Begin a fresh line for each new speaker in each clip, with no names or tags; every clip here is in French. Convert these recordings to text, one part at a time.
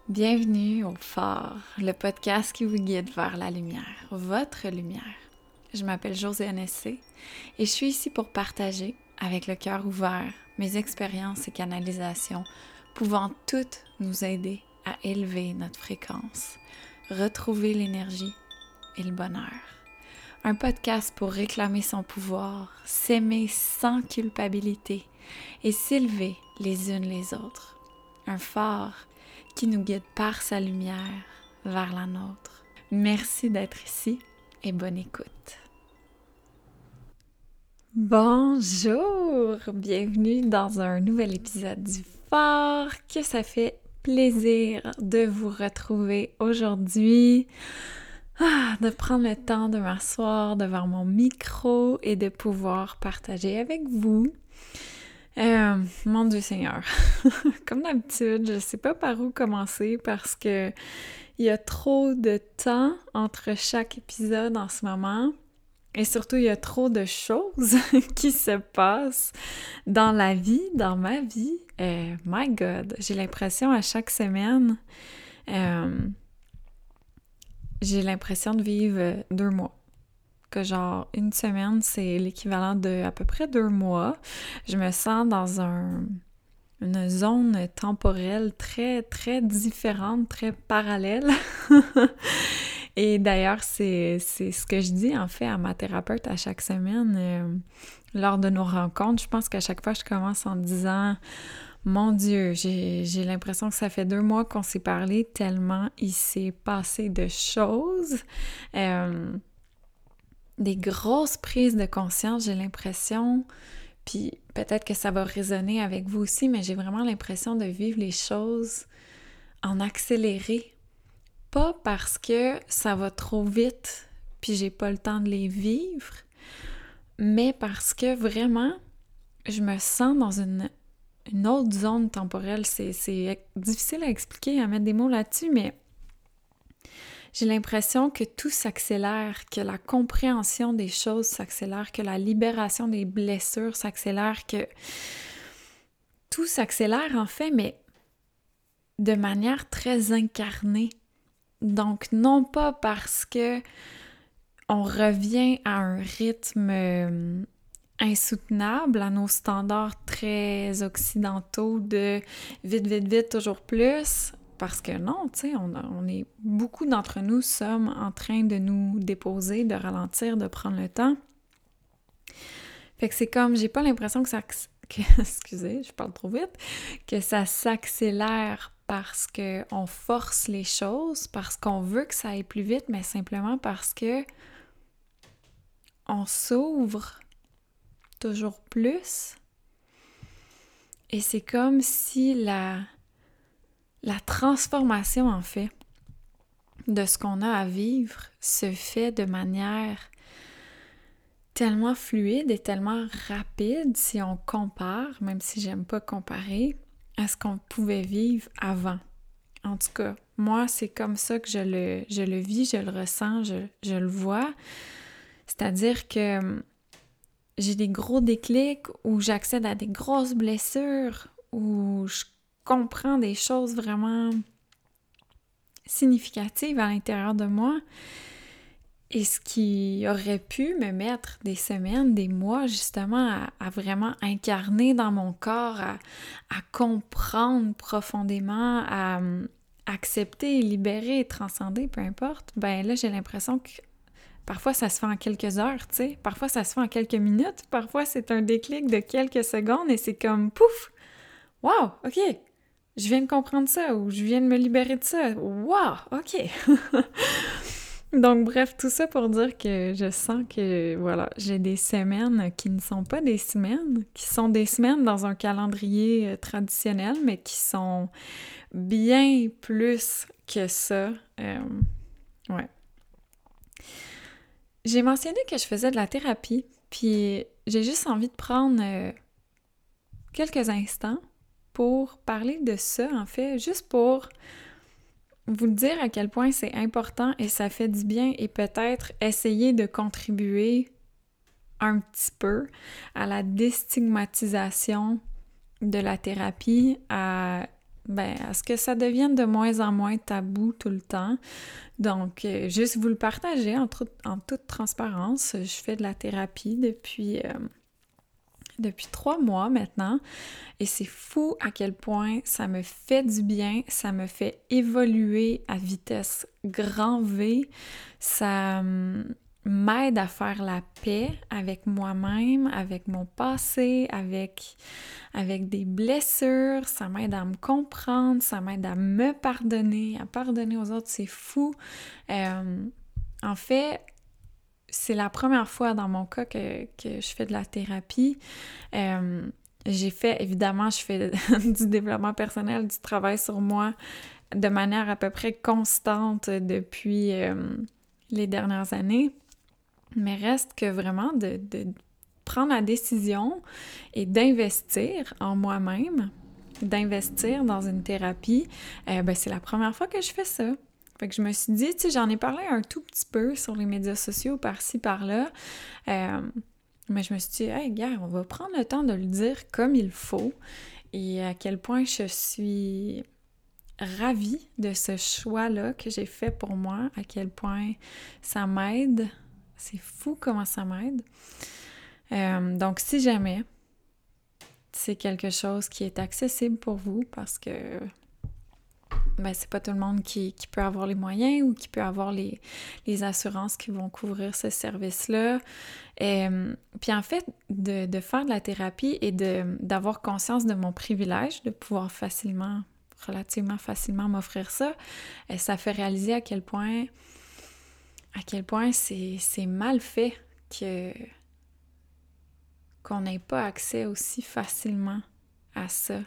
Bienvenue au Phare, le podcast qui vous guide vers la lumière, votre lumière. Je m'appelle Josiane Essé et je suis ici pour partager, avec le cœur ouvert, mes expériences et canalisations pouvant toutes nous aider à élever notre fréquence, retrouver l'énergie et le bonheur. Un podcast pour réclamer son pouvoir, s'aimer sans culpabilité et s'élever les unes les autres. Un phare qui nous guide par sa lumière vers la nôtre. Merci d'être ici et bonne écoute. Bonjour! Bienvenue dans un nouvel épisode du Phare, que ça fait plaisir de vous retrouver aujourd'hui. De prendre le temps de m'asseoir devant mon micro et de pouvoir partager avec vous. Mon Dieu Seigneur, comme d'habitude, je sais pas par où commencer parce que il y a trop de temps entre chaque épisode en ce moment et surtout il y a trop de choses qui se passent dans la vie, dans ma vie. My God, j'ai l'impression à chaque semaine, j'ai l'impression de vivre 2 mois. Que genre une semaine, c'est l'équivalent de à peu près 2 mois. Je me sens dans une zone temporelle très, très différente, très parallèle. Et d'ailleurs, c'est ce que je dis en fait à ma thérapeute à chaque semaine lors de nos rencontres. Je pense qu'à chaque fois, je commence en disant « Mon Dieu, j'ai l'impression que ça fait 2 mois qu'on s'est parlé tellement il s'est passé de choses. » Des grosses prises de conscience, j'ai l'impression, puis peut-être que ça va résonner avec vous aussi, mais j'ai vraiment l'impression de vivre les choses en accéléré. Pas parce que ça va trop vite, puis j'ai pas le temps de les vivre, mais parce que vraiment, je me sens dans une autre zone temporelle. C'est difficile à expliquer, à mettre des mots là-dessus, mais j'ai l'impression que tout s'accélère, que la compréhension des choses s'accélère, que la libération des blessures s'accélère, que tout s'accélère en fait, mais de manière très incarnée. Donc non pas parce que on revient à un rythme insoutenable, à nos standards très occidentaux de vite, vite, vite, toujours plus. Parce que non, tu sais, on est beaucoup d'entre nous sommes en train de nous déposer, de ralentir, de prendre le temps. Fait que c'est comme, j'ai pas l'impression que excusez, je parle trop vite, que ça s'accélère parce qu'on force les choses, parce qu'on veut que ça aille plus vite, mais simplement parce que on s'ouvre toujours plus. Et c'est comme si la transformation, en fait, de ce qu'on a à vivre se fait de manière tellement fluide et tellement rapide si on compare, même si j'aime pas comparer, à ce qu'on pouvait vivre avant. En tout cas, moi, c'est comme ça que je le vis, je le ressens, je le vois. C'est-à-dire que j'ai des gros déclics où j'accède à des grosses blessures, où je comprends des choses vraiment significatives à l'intérieur de moi. Et ce qui aurait pu me mettre des semaines, des mois, justement, à vraiment incarner dans mon corps, à comprendre profondément, à accepter, libérer, transcender, peu importe, ben là, j'ai l'impression que parfois, ça se fait en quelques heures, tu sais. Parfois, ça se fait en quelques minutes. Parfois, c'est un déclic de quelques secondes et c'est comme pouf! Wow! OK! Je viens de comprendre ça ou je viens de me libérer de ça. Wow! OK! Donc, bref, tout ça pour dire que je sens que, voilà, j'ai des semaines qui ne sont pas des semaines, qui sont des semaines dans un calendrier traditionnel, mais qui sont bien plus que ça. Ouais. J'ai mentionné que je faisais de la thérapie, puis j'ai juste envie de prendre quelques instants pour parler de ça, en fait, juste pour vous dire à quel point c'est important et ça fait du bien et peut-être essayer de contribuer un petit peu à la déstigmatisation de la thérapie, à à ce que ça devienne de moins en moins tabou tout le temps. Donc, juste vous le partager en toute transparence. Je fais de la thérapie depuis 3 mois maintenant, et c'est fou à quel point ça me fait du bien, ça me fait évoluer à vitesse grand V, ça m'aide à faire la paix avec moi-même, avec mon passé, avec des blessures, ça m'aide à me comprendre, ça m'aide à me pardonner, à pardonner aux autres, c'est fou. En fait, c'est la première fois dans mon cas que je fais de la thérapie. Je fais du développement personnel, du travail sur moi de manière à peu près constante depuis les dernières années. Mais reste que vraiment de prendre la décision et d'investir en moi-même, d'investir dans une thérapie, c'est la première fois que je fais ça. Fait que je me suis dit, tu sais, j'en ai parlé un tout petit peu sur les médias sociaux, par-ci, par-là, mais je me suis dit, hey, gars, on va prendre le temps de le dire comme il faut, et à quel point je suis ravie de ce choix-là que j'ai fait pour moi, à quel point ça m'aide. C'est fou comment ça m'aide. Donc, si jamais c'est quelque chose qui est accessible pour vous, parce que c'est pas tout le monde qui peut avoir les moyens ou qui peut avoir les assurances qui vont couvrir ce service-là. Puis en fait, de faire de la thérapie et d'avoir conscience de mon privilège, de pouvoir relativement facilement m'offrir ça, ça fait réaliser à quel point c'est mal fait qu'on n'ait pas accès aussi facilement à ça.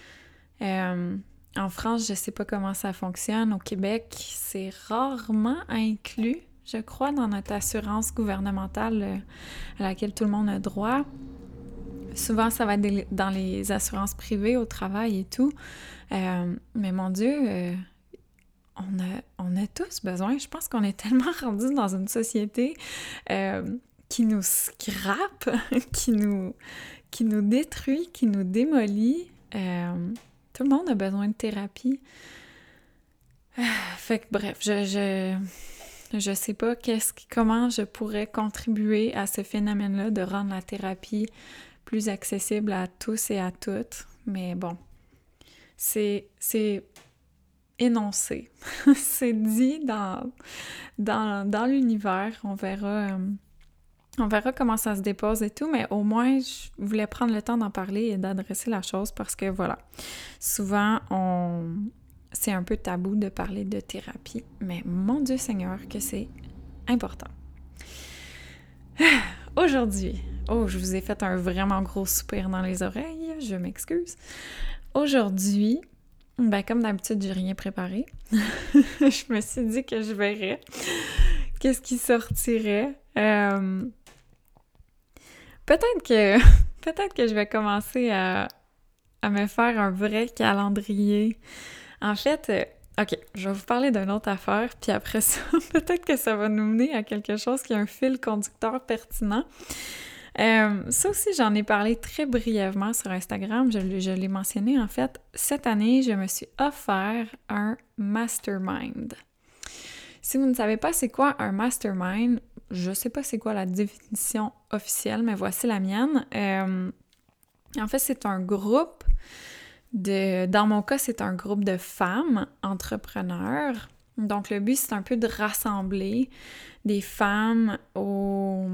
En France, je sais pas comment ça fonctionne. Au Québec, c'est rarement inclus, je crois, dans notre assurance gouvernementale à laquelle tout le monde a droit. Souvent, ça va être dans les assurances privées au travail et tout. Mais mon Dieu, on a tous besoin. Je pense qu'on est tellement rendus dans une société qui nous scrape, qui nous détruit, qui nous démolit. Tout le monde a besoin de thérapie. Fait que bref, je sais pas comment je pourrais contribuer à ce phénomène-là de rendre la thérapie plus accessible à tous et à toutes. Mais bon, c'est énoncé. C'est dit dans l'univers. On verra comment ça se dépose et tout, mais au moins, je voulais prendre le temps d'en parler et d'adresser la chose parce que, voilà, souvent, c'est un peu tabou de parler de thérapie, mais mon Dieu Seigneur que c'est important. Aujourd'hui, je vous ai fait un vraiment gros soupir dans les oreilles, je m'excuse. Aujourd'hui, comme d'habitude, j'ai rien préparé. Je me suis dit que je verrais qu'est-ce qui sortirait. Peut-être que je vais commencer à me faire un vrai calendrier. En fait, OK, je vais vous parler d'une autre affaire, puis après ça, peut-être que ça va nous mener à quelque chose qui a un fil conducteur pertinent. Ça aussi, j'en ai parlé très brièvement sur Instagram, je l'ai mentionné en fait. Cette année, je me suis offert un mastermind. Si vous ne savez pas c'est quoi un mastermind, je sais pas c'est quoi la définition officielle, mais voici la mienne. En fait, c'est un groupe dans mon cas, c'est un groupe de femmes entrepreneurs. Donc, le but, c'est un peu de rassembler des femmes aux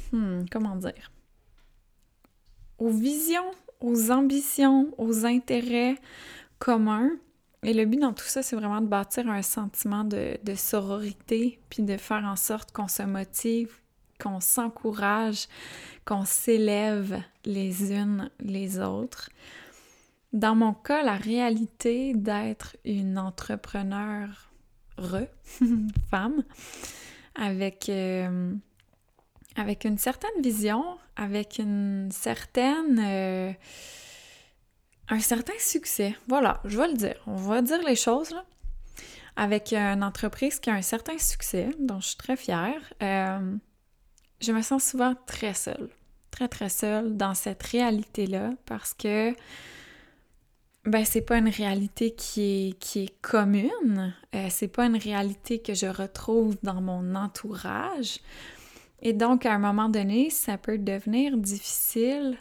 visions, aux ambitions, aux intérêts communs. Et le but dans tout ça, c'est vraiment de bâtir un sentiment de sororité, puis de faire en sorte qu'on se motive, qu'on s'encourage, qu'on s'élève les unes les autres. Dans mon cas, la réalité d'être une entrepreneure femme, avec une certaine vision, avec un certain succès. Voilà, je vais le dire. On va dire les choses, là. Avec une entreprise qui a un certain succès, dont je suis très fière, je me sens souvent très seule. Très, très seule dans cette réalité-là parce que ben c'est pas une réalité qui est commune, c'est pas une réalité que je retrouve dans mon entourage. Et donc, à un moment donné, ça peut devenir difficile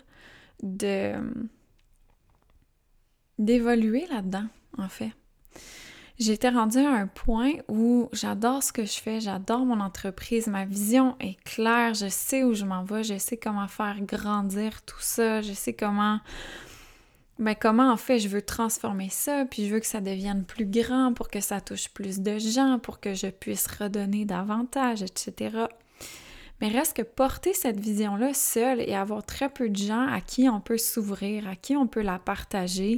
d'évoluer là-dedans, en fait. J'étais rendue à un point où j'adore ce que je fais, j'adore mon entreprise, ma vision est claire, je sais où je m'en vais, je sais comment faire grandir tout ça, je sais comment en fait je veux transformer ça, puis je veux que ça devienne plus grand pour que ça touche plus de gens, pour que je puisse redonner davantage, etc. Mais reste que porter cette vision-là seule et avoir très peu de gens à qui on peut s'ouvrir, à qui on peut la partager,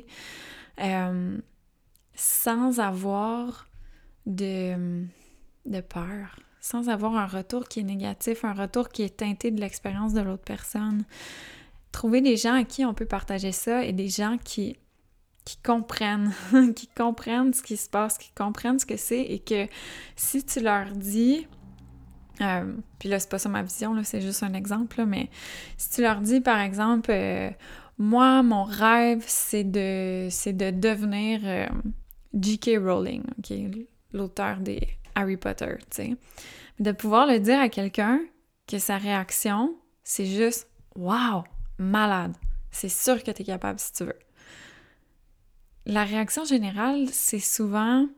sans avoir de peur, sans avoir un retour qui est négatif, un retour qui est teinté de l'expérience de l'autre personne. Trouver des gens à qui on peut partager ça et des gens qui comprennent, qui comprennent ce qui se passe, qui comprennent ce que c'est et que si tu leur dis... puis là, c'est pas ça ma vision, là, c'est juste un exemple, là, mais si tu leur dis, par exemple, moi, mon rêve, c'est de devenir J.K. Rowling, OK, l'auteur des Harry Potter, tu sais. De pouvoir le dire à quelqu'un que sa réaction, c'est juste « Wow! Malade! C'est sûr que t'es capable si tu veux. » La réaction générale, c'est souvent...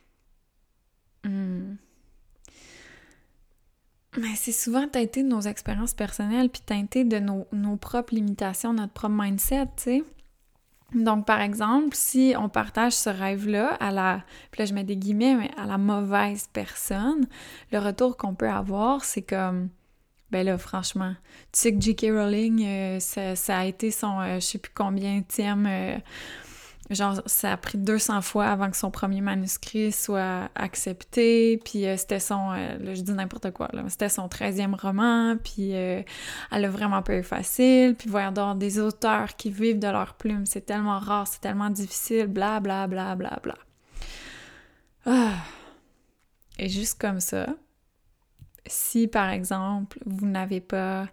Mais c'est souvent teinté de nos expériences personnelles puis teinté de nos propres limitations, notre propre mindset, tu sais. Donc, par exemple, si on partage ce rêve-là puis là, je mets des guillemets, mais à la mauvaise personne, le retour qu'on peut avoir, c'est comme... Ben là, franchement, tu sais que J.K. Rowling, ça a été son, je sais plus combienième... genre, ça a pris 200 fois avant que son premier manuscrit soit accepté, puis c'était son... là, je dis n'importe quoi, là. C'était son 13e roman, puis elle a vraiment pas eu facile, puis voyons donc, des auteurs qui vivent de leur plume, c'est tellement rare, c'est tellement difficile, bla bla bla bla bla. Ah. Et juste comme ça, si, par exemple, vous n'avez pas...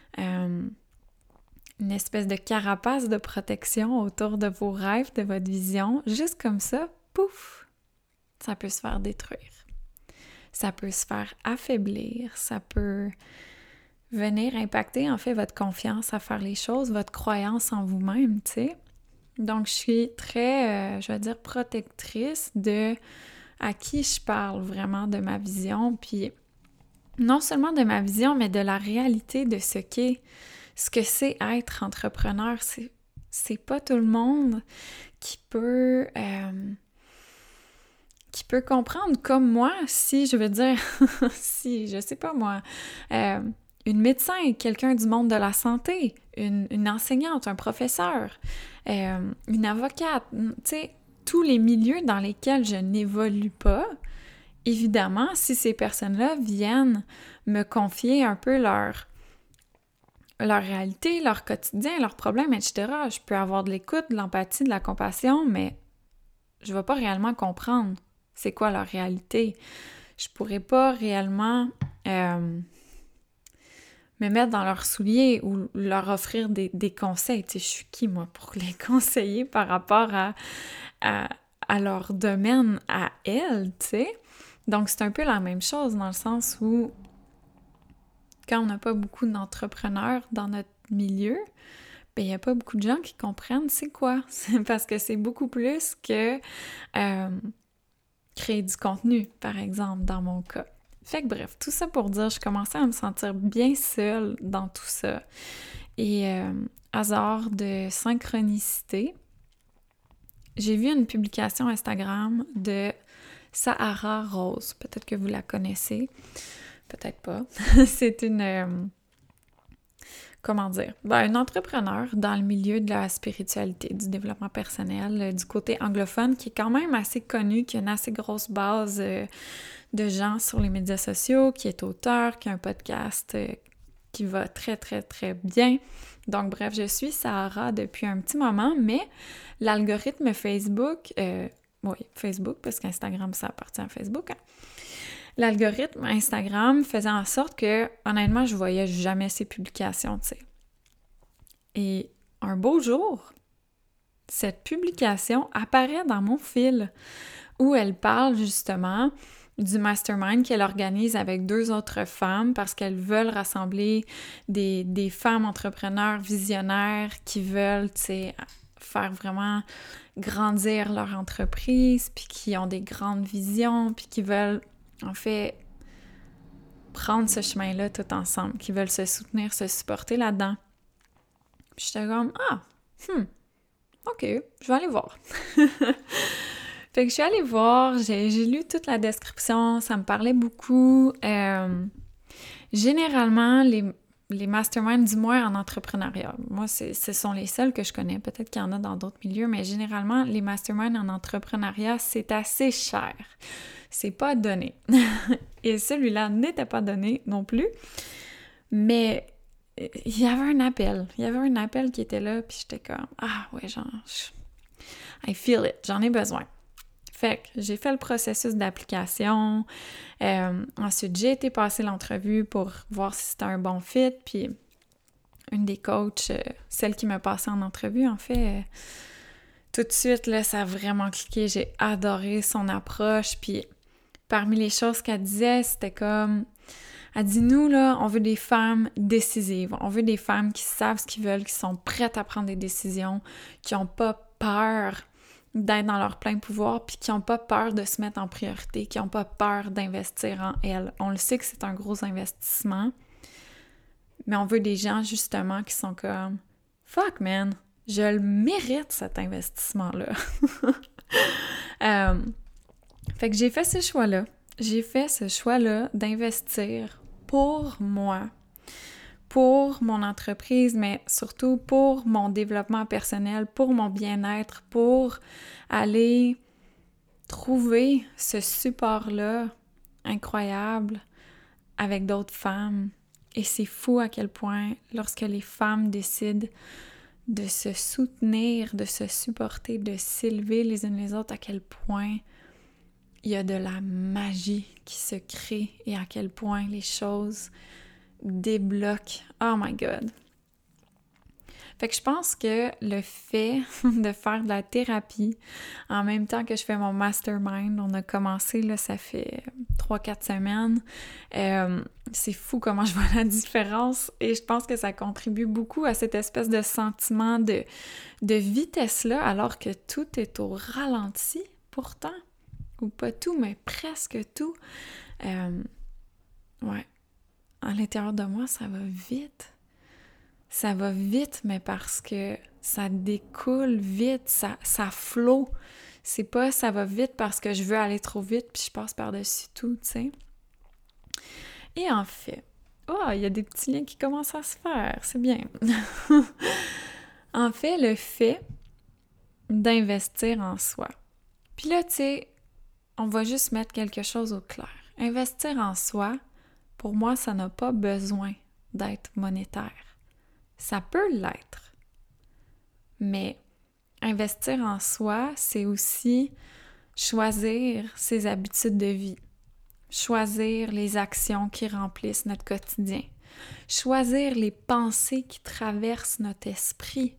une espèce de carapace de protection autour de vos rêves, de votre vision, juste comme ça, pouf, ça peut se faire détruire. Ça peut se faire affaiblir, ça peut venir impacter en fait votre confiance à faire les choses, votre croyance en vous-même, tu sais. Donc, je suis très, je vais dire, protectrice de à qui je parle vraiment de ma vision, puis non seulement de ma vision, mais de la réalité de ce que c'est être entrepreneur. C'est pas tout le monde qui peut comprendre comme moi, si je veux dire, si, je sais pas moi, une médecin, quelqu'un du monde de la santé, une enseignante, un professeur, une avocate, tu sais, tous les milieux dans lesquels je n'évolue pas, évidemment, si ces personnes-là viennent me confier un peu leur réalité, leur quotidien, leurs problèmes, etc., je peux avoir de l'écoute, de l'empathie, de la compassion, mais je vais pas réellement comprendre c'est quoi leur réalité. Je pourrais pas réellement me mettre dans leurs souliers ou leur offrir des conseils. Tu sais, je suis qui, moi, pour les conseiller par rapport à leur domaine, à elles, tu sais? Donc, c'est un peu la même chose dans le sens où quand on n'a pas beaucoup d'entrepreneurs dans notre milieu, ben il n'y a pas beaucoup de gens qui comprennent c'est quoi. Parce que c'est beaucoup plus que créer du contenu, par exemple, dans mon cas. Fait que bref, tout ça pour dire, je commençais à me sentir bien seule dans tout ça. Et hasard de synchronicité, j'ai vu une publication Instagram de Sahara Rose. Peut-être que vous la connaissez. Peut-être pas. C'est une... comment dire? Ben, une entrepreneur dans le milieu de la spiritualité, du développement personnel, du côté anglophone, qui est quand même assez connu, qui a une assez grosse base de gens sur les médias sociaux, qui est auteur, qui a un podcast qui va très, très, très bien. Donc, bref, je suis Sahara depuis un petit moment, mais l'algorithme Facebook... oui, Facebook, parce qu'Instagram, ça appartient à Facebook, hein. L'algorithme Instagram faisait en sorte que, honnêtement, je voyais jamais ses publications, tu sais. Et un beau jour, cette publication apparaît dans mon fil où elle parle justement du mastermind qu'elle organise avec 2 autres femmes parce qu'elles veulent rassembler des femmes entrepreneurs visionnaires qui veulent, tu sais, faire vraiment grandir leur entreprise, puis qui ont des grandes visions, puis qui veulent, en fait, prendre ce chemin-là tout ensemble, qui veulent se soutenir, se supporter là-dedans. Puis j'étais comme, OK, je vais aller voir. Fait que je suis allée voir, j'ai lu toute la description, ça me parlait beaucoup. Généralement, les masterminds, du moins en entrepreneuriat, moi, ce sont les seuls que je connais. Peut-être qu'il y en a dans d'autres milieux, mais généralement, les masterminds en entrepreneuriat, c'est assez cher. C'est pas donné. Et celui-là n'était pas donné non plus. Mais il y avait un appel. Il y avait un appel qui était là, puis j'étais comme, ah ouais, I feel it, j'en ai besoin. Fait que j'ai fait le processus d'application. Ensuite, j'ai été passer l'entrevue pour voir si c'était un bon fit. Puis une des coachs, celle qui m'a passé en entrevue, en fait, tout de suite, là, ça a vraiment cliqué. J'ai adoré son approche. Puis parmi les choses qu'elle disait, c'était comme... Elle dit, nous, là, on veut des femmes décisives. On veut des femmes qui savent ce qu'ils veulent, qui sont prêtes à prendre des décisions, qui n'ont pas peur d'être dans leur plein pouvoir, puis qui n'ont pas peur de se mettre en priorité, qui n'ont pas peur d'investir en elles. On le sait que c'est un gros investissement, mais on veut des gens, justement, qui sont comme « Fuck, man, je le mérite, cet investissement-là. » Fait que j'ai fait ce choix-là. J'ai fait ce choix-là d'investir pour moi, pour mon entreprise, mais surtout pour mon développement personnel, pour mon bien-être, pour aller trouver ce support-là incroyable avec d'autres femmes. Et c'est fou à quel point, lorsque les femmes décident de se soutenir, de se supporter, de s'élever les unes les autres, à quel point il y a de la magie qui se crée et à quel point les choses débloquent. Oh my God! Fait que je pense que le fait de faire de la thérapie en même temps que je fais mon mastermind, on a commencé, là, ça fait 3-4 semaines, c'est fou comment je vois la différence et je pense que ça contribue beaucoup à cette espèce de sentiment de vitesse-là alors que tout est au ralenti pourtant, ou pas tout, mais presque tout. Ouais, à l'intérieur de moi, ça va vite. Ça va vite, mais parce que ça découle vite, ça flow. C'est pas ça va vite parce que je veux aller trop vite puis je passe par-dessus tout, tu sais. Et en fait, il y a des petits liens qui commencent à se faire, c'est bien. En fait, le fait d'investir en soi. Puis là, tu sais, on va juste mettre quelque chose au clair. Investir en soi, pour moi, ça n'a pas besoin d'être monétaire. Ça peut l'être, mais investir en soi, c'est aussi choisir ses habitudes de vie, choisir les actions qui remplissent notre quotidien, choisir les pensées qui traversent notre esprit,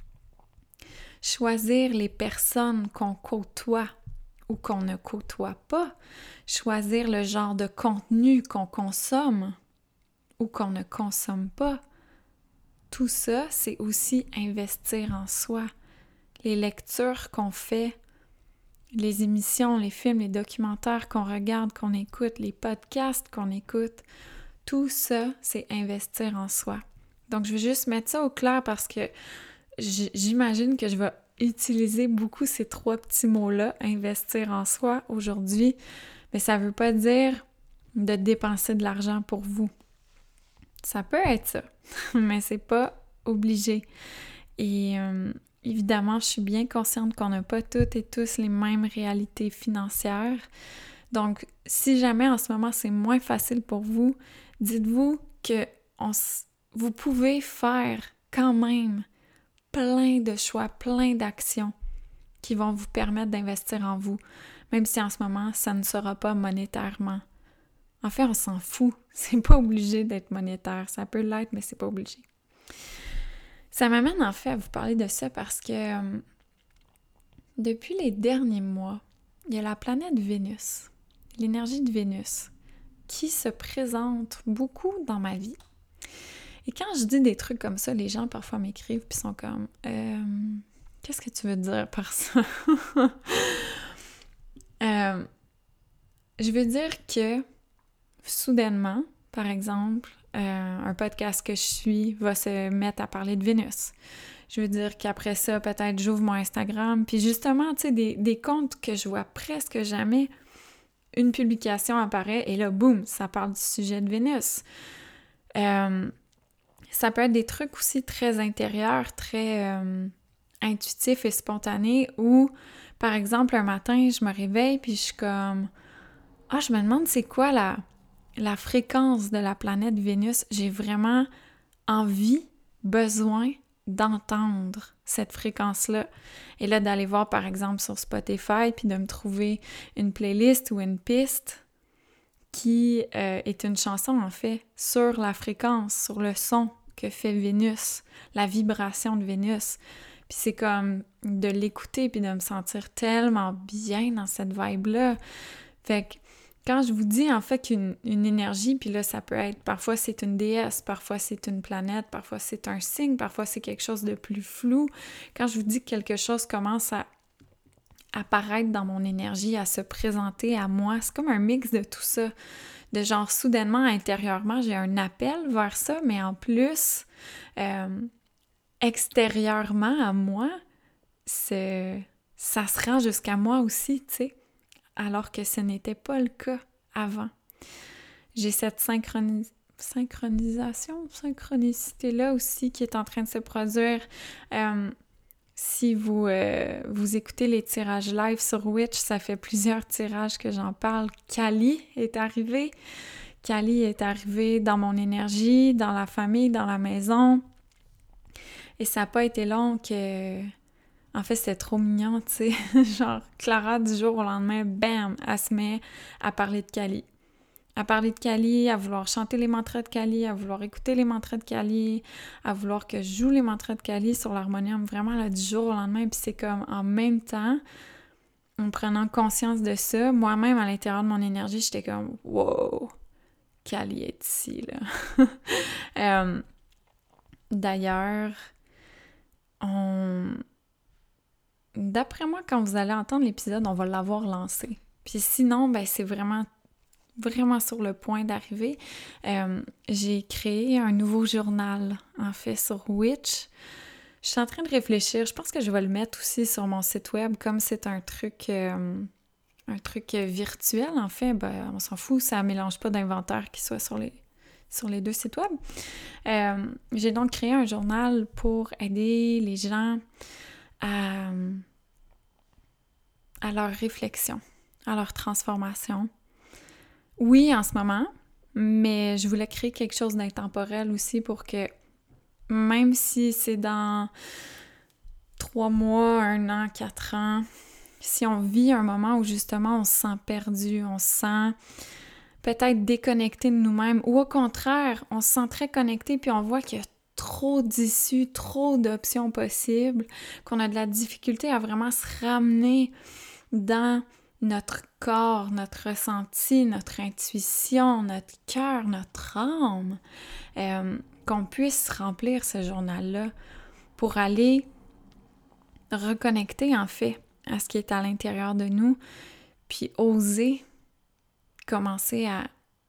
choisir les personnes qu'on côtoie ou qu'on ne côtoie pas, choisir le genre de contenu qu'on consomme ou qu'on ne consomme pas. Tout ça, c'est aussi investir en soi. Les lectures qu'on fait, les émissions, les films, les documentaires qu'on regarde, qu'on écoute, les podcasts qu'on écoute, tout ça, c'est investir en soi. Donc, je vais juste mettre ça au clair parce que j'imagine que je vais utiliser beaucoup ces 3 petits mots-là, investir en soi, aujourd'hui, mais ça ne veut pas dire de dépenser de l'argent pour vous. Ça peut être ça, mais c'est pas obligé. Et évidemment, je suis bien consciente qu'on n'a pas toutes et tous les mêmes réalités financières. Donc, si jamais en ce moment c'est moins facile pour vous, dites-vous que vous pouvez faire quand même plein de choix, plein d'actions qui vont vous permettre d'investir en vous, même si en ce moment, ça ne sera pas monétairement. En fait, on s'en fout. C'est pas obligé d'être monétaire. Ça peut l'être, mais c'est pas obligé. Ça m'amène en fait à vous parler de ça parce que depuis les derniers mois, il y a la planète Vénus, l'énergie de Vénus, qui se présente beaucoup dans ma vie. Et quand je dis des trucs comme ça, les gens parfois m'écrivent puis sont comme qu'est-ce que tu veux dire par ça? Je veux dire que soudainement, par exemple, un podcast que je suis va se mettre à parler de Vénus. Je veux dire qu'après ça, peut-être j'ouvre mon Instagram, puis justement, tu sais, des comptes que je vois presque jamais, une publication apparaît et là, boum, ça parle du sujet de Vénus. Ça peut être des trucs aussi très intérieurs, très intuitifs et spontanés où, par exemple, un matin, je me réveille puis je suis comme « Ah, je me demande c'est quoi la fréquence de la planète Vénus. » J'ai vraiment envie, besoin d'entendre cette fréquence-là. Et là, d'aller voir, par exemple, sur Spotify puis de me trouver une playlist ou une piste qui est une chanson, en fait, sur la fréquence, sur le son que fait Vénus, la vibration de Vénus. Puis c'est comme de l'écouter puis de me sentir tellement bien dans cette vibe-là. Fait que quand je vous dis, en fait, qu'une énergie, puis là, ça peut être, parfois c'est une déesse, parfois c'est une planète, parfois c'est un signe, parfois c'est quelque chose de plus flou. Quand je vous dis que quelque chose commence à apparaître dans mon énergie, à se présenter à moi, c'est comme un mix de tout ça. De genre, soudainement, intérieurement, j'ai un appel vers ça, mais en plus, extérieurement à moi, ça se rend jusqu'à moi aussi, tu sais, alors que ce n'était pas le cas avant. J'ai cette synchronicité-là aussi qui est en train de se produire. Si vous écoutez les tirages live sur Witch, ça fait plusieurs tirages que j'en parle. Kali est arrivée. Kali est arrivée dans mon énergie, dans la famille, dans la maison. Et ça n'a pas été long que... En fait, c'était trop mignon, tu sais. Genre, Clara, du jour au lendemain, bam, elle se met à parler de Kali. À parler de Kali, à vouloir chanter les mantras de Kali, à vouloir écouter les mantras de Kali, à vouloir que je joue les mantras de Kali sur l'harmonium, vraiment là, du jour au lendemain. Puis c'est comme en même temps, en prenant conscience de ça, moi-même à l'intérieur de mon énergie, j'étais comme « Wow! Kali est ici, là! » D'ailleurs, d'après moi, quand vous allez entendre l'épisode, on va l'avoir lancé. Puis sinon, ben c'est vraiment sur le point d'arriver. J'ai créé un nouveau journal, en fait, sur Witch. Je suis en train de réfléchir. Je pense que je vais le mettre aussi sur mon site web, comme c'est un truc virtuel, en fait. Ben, on s'en fout, ça mélange pas d'inventaire qui soit sur les deux sites web. J'ai donc créé un journal pour aider les gens à leur réflexion, à leur transformation. Oui, en ce moment, mais je voulais créer quelque chose d'intemporel aussi pour que, même si c'est dans 3 mois, 1 an, 4 ans, si on vit un moment où justement on se sent perdu, on se sent peut-être déconnecté de nous-mêmes, ou au contraire, on se sent très connecté puis on voit qu'il y a trop d'issues, trop d'options possibles, qu'on a de la difficulté à vraiment se ramener dans notre corps, notre ressenti, notre intuition, notre cœur, notre âme, qu'on puisse remplir ce journal-là pour aller reconnecter en fait à ce qui est à l'intérieur de nous, puis oser commencer à...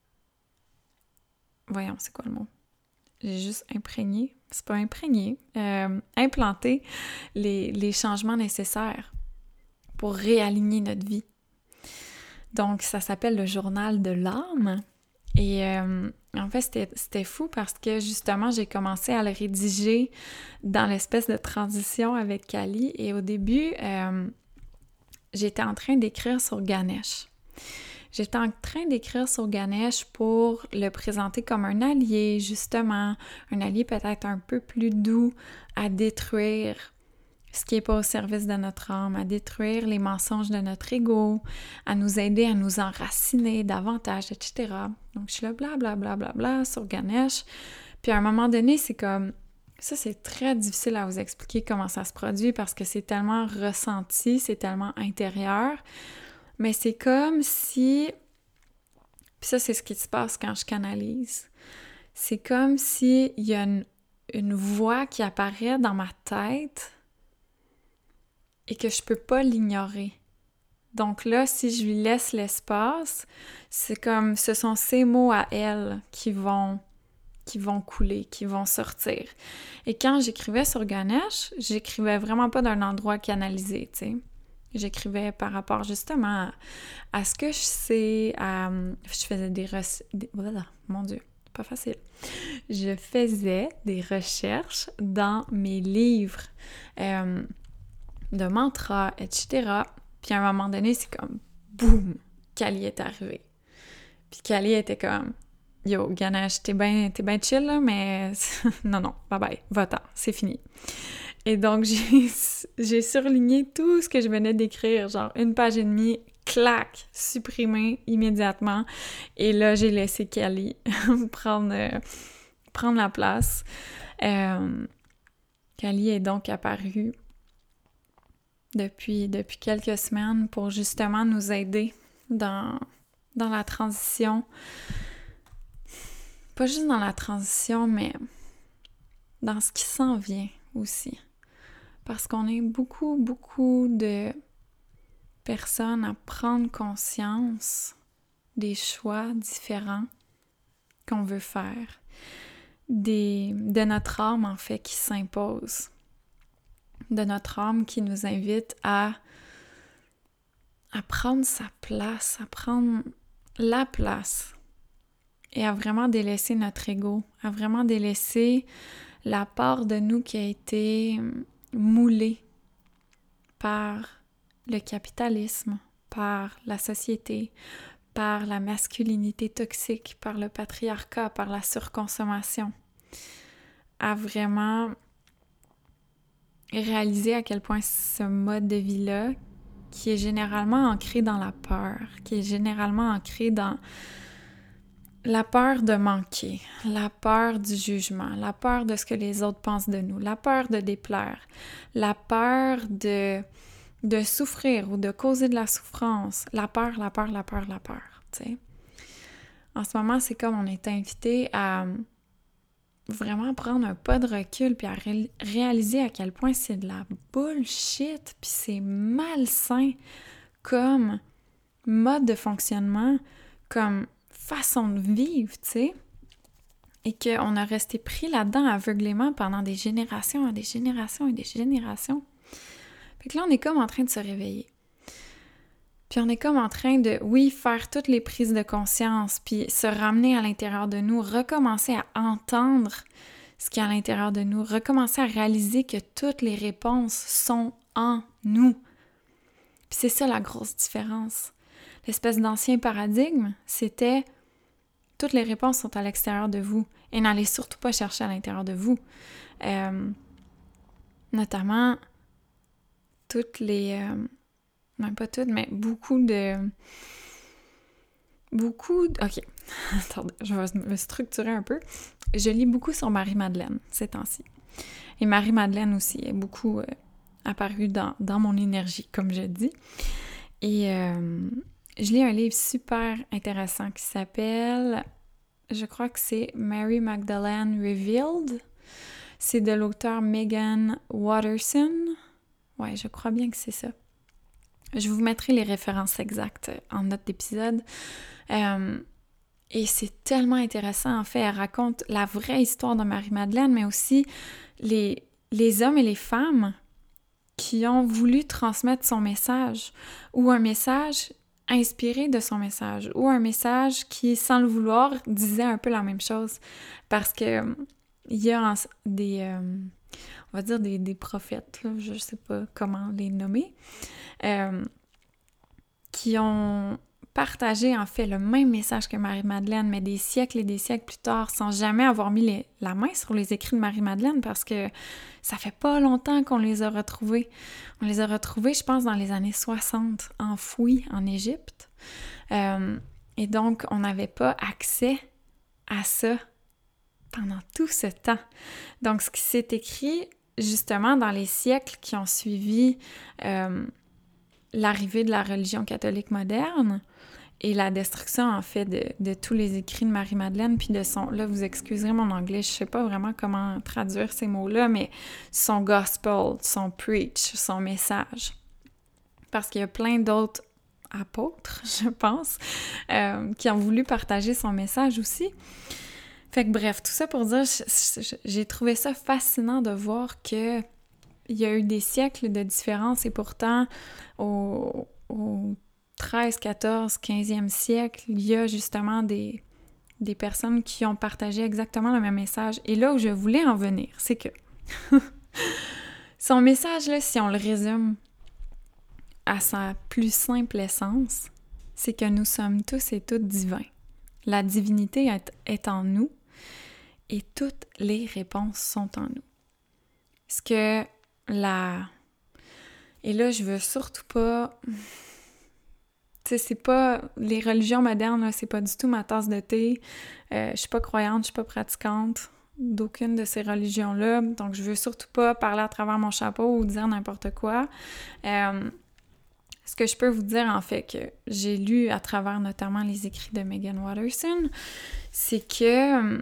Voyons, c'est quoi le mot? J'ai juste imprégné, c'est pas imprégné, implanter les changements nécessaires pour réaligner notre vie. Donc, ça s'appelle le journal de l'âme. Et en fait, c'était fou parce que justement, j'ai commencé à le rédiger dans l'espèce de transition avec Kali. Et au début, j'étais en train d'écrire sur Ganesh. J'étais en train d'écrire sur Ganesh pour le présenter comme un allié, justement. Un allié peut-être un peu plus doux à détruire ce qui n'est pas au service de notre âme, à détruire les mensonges de notre ego, à nous aider à nous enraciner davantage, etc. Donc, je suis là, blablabla, sur Ganesh. Puis à un moment donné, c'est comme, Ça, c'est très difficile à vous expliquer comment ça se produit parce que c'est tellement ressenti, c'est tellement intérieur. Mais c'est comme si... Puis ça, c'est ce qui se passe quand je canalise. C'est comme s'il y a une voix qui apparaît dans ma tête et que je peux pas l'ignorer. Donc là, si je lui laisse l'espace, c'est comme ce sont ces mots à elle qui vont couler, qui vont sortir. Et quand j'écrivais sur Ganesh, j'écrivais vraiment pas d'un endroit canalisé, tu sais. J'écrivais par rapport justement à ce que je sais, je faisais voilà, mon Dieu, pas facile. Je faisais des recherches dans mes livres de mantras, etc. Puis à un moment donné, c'est comme boum, Kali est arrivé. Puis Kali était comme yo, Ganesh, t'es bien chill là, mais non, bye bye, va-t'en, c'est fini. Et donc j'ai surligné tout ce que je venais d'écrire, genre 1 page et demie, clac, supprimé immédiatement. Et là, j'ai laissé Kali prendre la place. Kali est donc apparue depuis quelques semaines pour justement nous aider dans la transition. Pas juste dans la transition, mais dans ce qui s'en vient aussi. Parce qu'on est beaucoup de personnes à prendre conscience des choix différents qu'on veut faire, de notre âme en fait qui s'impose, de notre âme qui nous invite à prendre sa place, à prendre la place et à vraiment délaisser notre ego, à vraiment délaisser la part de nous qui a été moulée par le capitalisme, par la société, par la masculinité toxique, par le patriarcat, par la surconsommation, à vraiment réaliser à quel point ce mode de vie-là, qui est généralement ancré dans la peur, qui est généralement ancré dans la peur de manquer, la peur du jugement, la peur de ce que les autres pensent de nous, la peur de déplaire, la peur de souffrir ou de causer de la souffrance, la peur, tu sais. En ce moment, c'est comme on est invité à vraiment prendre un pas de recul puis à réaliser à quel point c'est de la bullshit puis c'est malsain comme mode de fonctionnement, comme façon de vivre, tu sais, et qu'on a resté pris là-dedans aveuglément pendant des générations et des générations et des générations. Fait que là, on est comme en train de se réveiller. Puis on est comme en train de, oui, faire toutes les prises de conscience, puis se ramener à l'intérieur de nous, recommencer à entendre ce qu'il y a à l'intérieur de nous, recommencer à réaliser que toutes les réponses sont en nous. Puis c'est ça la grosse différence. L'espèce d'ancien paradigme, c'était toutes les réponses sont à l'extérieur de vous et n'allez surtout pas chercher à l'intérieur de vous. Notamment, toutes les... même pas toutes, mais beaucoup de... OK, attendez, je vais me structurer un peu. Je lis beaucoup sur Marie-Madeleine ces temps-ci. Et Marie-Madeleine aussi est beaucoup apparue dans mon énergie, comme je dis. Et je lis un livre super intéressant qui s'appelle, je crois que c'est Mary Magdalene Revealed. C'est de l'auteur Megan Watterson. Ouais, je crois bien que c'est ça. Je vous mettrai les références exactes en note d'épisode. Et c'est tellement intéressant, en fait. Elle raconte la vraie histoire de Marie-Madeleine, mais aussi les hommes et les femmes qui ont voulu transmettre son message, ou un message inspiré de son message, ou un message qui, sans le vouloir, disait un peu la même chose. Parce que il y a on va dire des prophètes, là, je sais pas comment les nommer, qui ont partagé en fait le même message que Marie-Madeleine, mais des siècles et des siècles plus tard, sans jamais avoir mis la main sur les écrits de Marie-Madeleine, parce que ça fait pas longtemps qu'on les a retrouvés. On les a retrouvés, je pense, dans les années 60, enfouis en Égypte. Et donc, on n'avait pas accès à ça pendant tout ce temps. Donc, ce qui s'est écrit justement dans les siècles qui ont suivi l'arrivée de la religion catholique moderne et la destruction, en fait, de tous les écrits de Marie-Madeleine, puis de son... Là, vous excuserez mon anglais, je sais pas vraiment comment traduire ces mots-là, mais son gospel, son preach, son message. Parce qu'il y a plein d'autres apôtres, je pense, qui ont voulu partager son message aussi. Fait que bref, tout ça pour dire, j'ai trouvé ça fascinant de voir que il y a eu des siècles de différence et pourtant au 13, 14, 15e siècle, il y a justement des personnes qui ont partagé exactement le même message. Et là où je voulais en venir, c'est que son message, là, si on le résume à sa plus simple essence, c'est que nous sommes tous et toutes divins. La divinité est en nous et toutes les réponses sont en nous. Ce que Et là, je veux surtout pas... Tu sais, c'est pas... Les religions modernes, là, c'est pas du tout ma tasse de thé. Je suis pas croyante, je suis pas pratiquante d'aucune de ces religions-là. Donc, je veux surtout pas parler à travers mon chapeau ou dire n'importe quoi. Ce que je peux vous dire, en fait, que j'ai lu à travers notamment les écrits de Megan Watterson, c'est que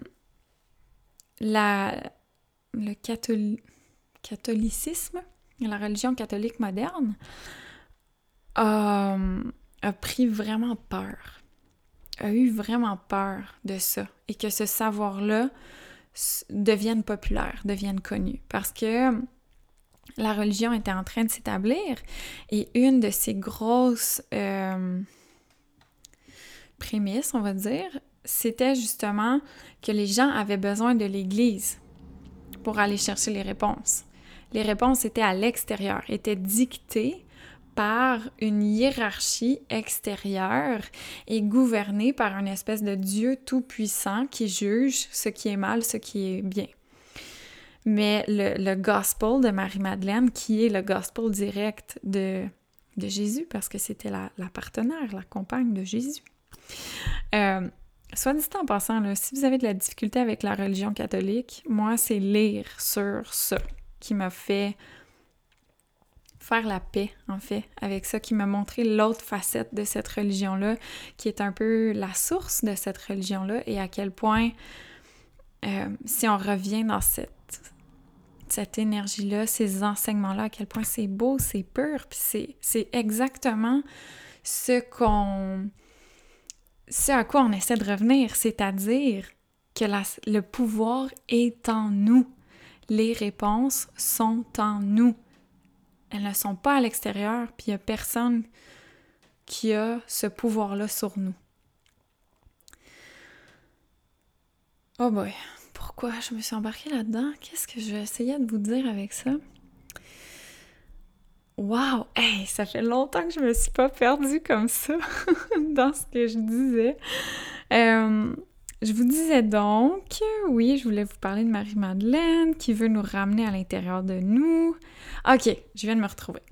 le catholicisme, la religion catholique moderne, a pris vraiment peur, a eu vraiment peur de ça, et que ce savoir-là devienne populaire, devienne connu. Parce que la religion était en train de s'établir, et une de ces grosses prémices, on va dire, c'était justement que les gens avaient besoin de l'Église pour aller chercher les réponses. Les réponses étaient à l'extérieur, étaient dictées par une hiérarchie extérieure et gouvernée par une espèce de Dieu tout-puissant qui juge ce qui est mal, ce qui est bien. Mais le gospel de Marie-Madeleine, qui est le gospel direct de Jésus, parce que c'était la partenaire, la compagne de Jésus. Soit dit en passant, là, si vous avez de la difficulté avec la religion catholique, moi, c'est lire sur ça qui m'a fait faire la paix, en fait, avec ça, qui m'a montré l'autre facette de cette religion-là, qui est un peu la source de cette religion-là, et à quel point, si on revient dans cette énergie-là, ces enseignements-là, à quel point c'est beau, c'est pur, puis c'est exactement ce à quoi on essaie de revenir, c'est-à-dire que le pouvoir est en nous. Les réponses sont en nous. Elles ne sont pas à l'extérieur, puis il n'y a personne qui a ce pouvoir-là sur nous. Oh boy, pourquoi je me suis embarquée là-dedans? Qu'est-ce que je vais essayer de vous dire avec ça? Wow! Hey, ça fait longtemps que je me suis pas perdue comme ça dans ce que je disais. Je vous disais donc, oui, je voulais vous parler de Marie-Madeleine qui veut nous ramener à l'intérieur de nous. OK, je viens de me retrouver.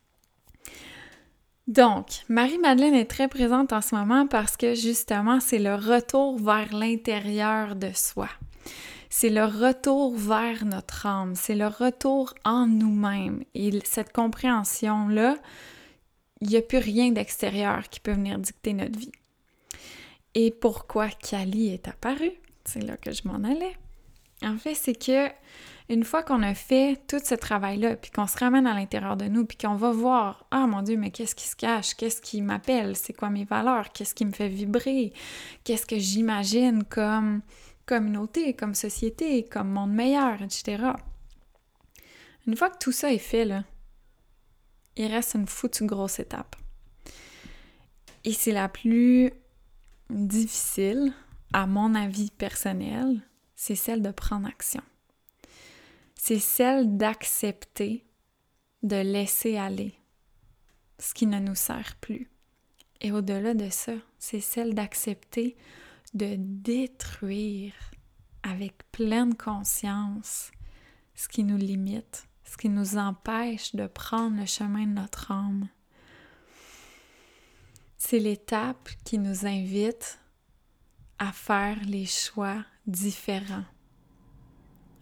Donc, Marie-Madeleine est très présente en ce moment parce que justement, c'est le retour vers l'intérieur de soi. C'est le retour vers notre âme, c'est le retour en nous-mêmes. Et cette compréhension-là, il n'y a plus rien d'extérieur qui peut venir dicter notre vie. Et pourquoi Kali est apparue? C'est là que je m'en allais. En fait, c'est que une fois qu'on a fait tout ce travail-là, puis qu'on se ramène à l'intérieur de nous, puis qu'on va voir « Ah, mon Dieu, mais qu'est-ce qui se cache? Qu'est-ce qui m'appelle? C'est quoi mes valeurs? Qu'est-ce qui me fait vibrer? Qu'est-ce que j'imagine comme communauté, comme société, comme monde meilleur, etc. » Une fois que tout ça est fait, là, il reste une foutue grosse étape. Et c'est la plus difficile, à mon avis personnel, c'est celle de prendre action. C'est celle d'accepter de laisser aller ce qui ne nous sert plus. Et au-delà de ça, c'est celle d'accepter de détruire avec pleine conscience ce qui nous limite, ce qui nous empêche de prendre le chemin de notre âme. C'est l'étape qui nous invite à faire les choix différents,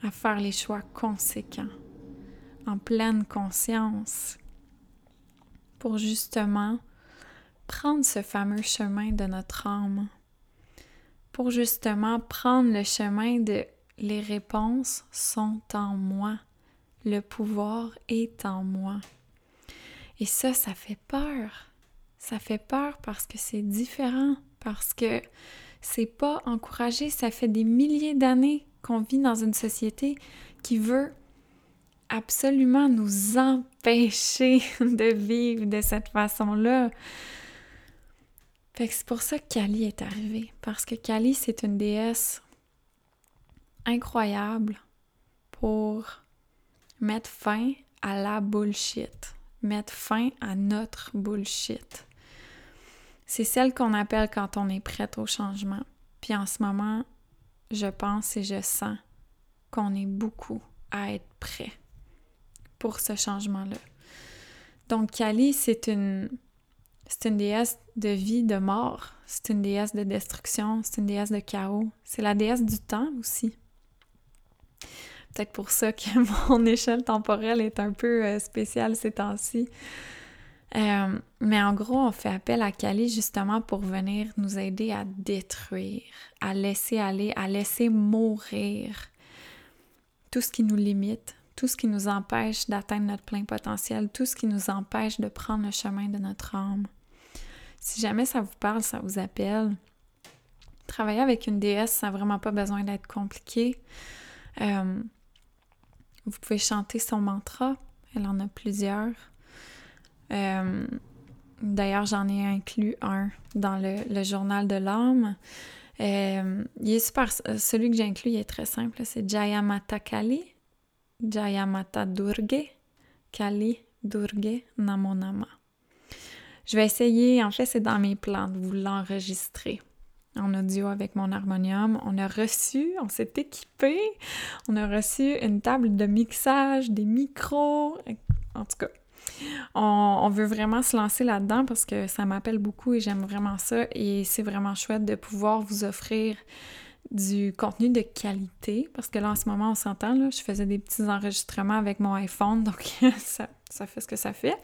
à faire les choix conséquents, en pleine conscience, pour justement prendre ce fameux chemin de notre âme, pour justement prendre le chemin de les réponses sont en moi, le pouvoir est en moi. Et ça fait peur. Ça fait peur parce que c'est différent, parce que c'est pas encouragé. Ça fait des milliers d'années qu'on vit dans une société qui veut absolument nous empêcher de vivre de cette façon-là. Fait que c'est pour ça que Kali est arrivée. Parce que Kali, c'est une déesse incroyable pour mettre fin à la bullshit. Mettre fin à notre bullshit. C'est celle qu'on appelle quand on est prête au changement. Puis en ce moment, je pense et je sens qu'on est beaucoup à être prêt pour ce changement-là. Donc Kali, c'est une déesse de vie, de mort. C'est une déesse de destruction. C'est une déesse de chaos. C'est la déesse du temps aussi. Peut-être pour ça que mon échelle temporelle est un peu spéciale ces temps-ci. Mais en gros, on fait appel à Kali justement pour venir nous aider à détruire, à laisser aller, à laisser mourir tout ce qui nous limite, tout ce qui nous empêche d'atteindre notre plein potentiel, tout ce qui nous empêche de prendre le chemin de notre âme. Si jamais ça vous parle, ça vous appelle, travailler avec une déesse, ça n'a vraiment pas besoin d'être compliqué. Vous pouvez chanter son mantra, elle en a plusieurs. D'ailleurs, j'en ai inclus un dans le journal de l'âme. Il est super, celui que j'ai inclus, il est très simple, c'est Jaya Mata Kali, Jaya Mata Durge, Kali Durge Namo Nama. Je vais essayer, en fait, c'est dans mes plans de vous l'enregistrer en audio avec mon harmonium. On s'est équipé, on a reçu une table de mixage, des micros, en tout cas. On veut vraiment se lancer là-dedans parce que ça m'appelle beaucoup et j'aime vraiment ça et c'est vraiment chouette de pouvoir vous offrir du contenu de qualité parce que là, en ce moment, on s'entend, là, je faisais des petits enregistrements avec mon iPhone, donc ça fait ce que ça fait.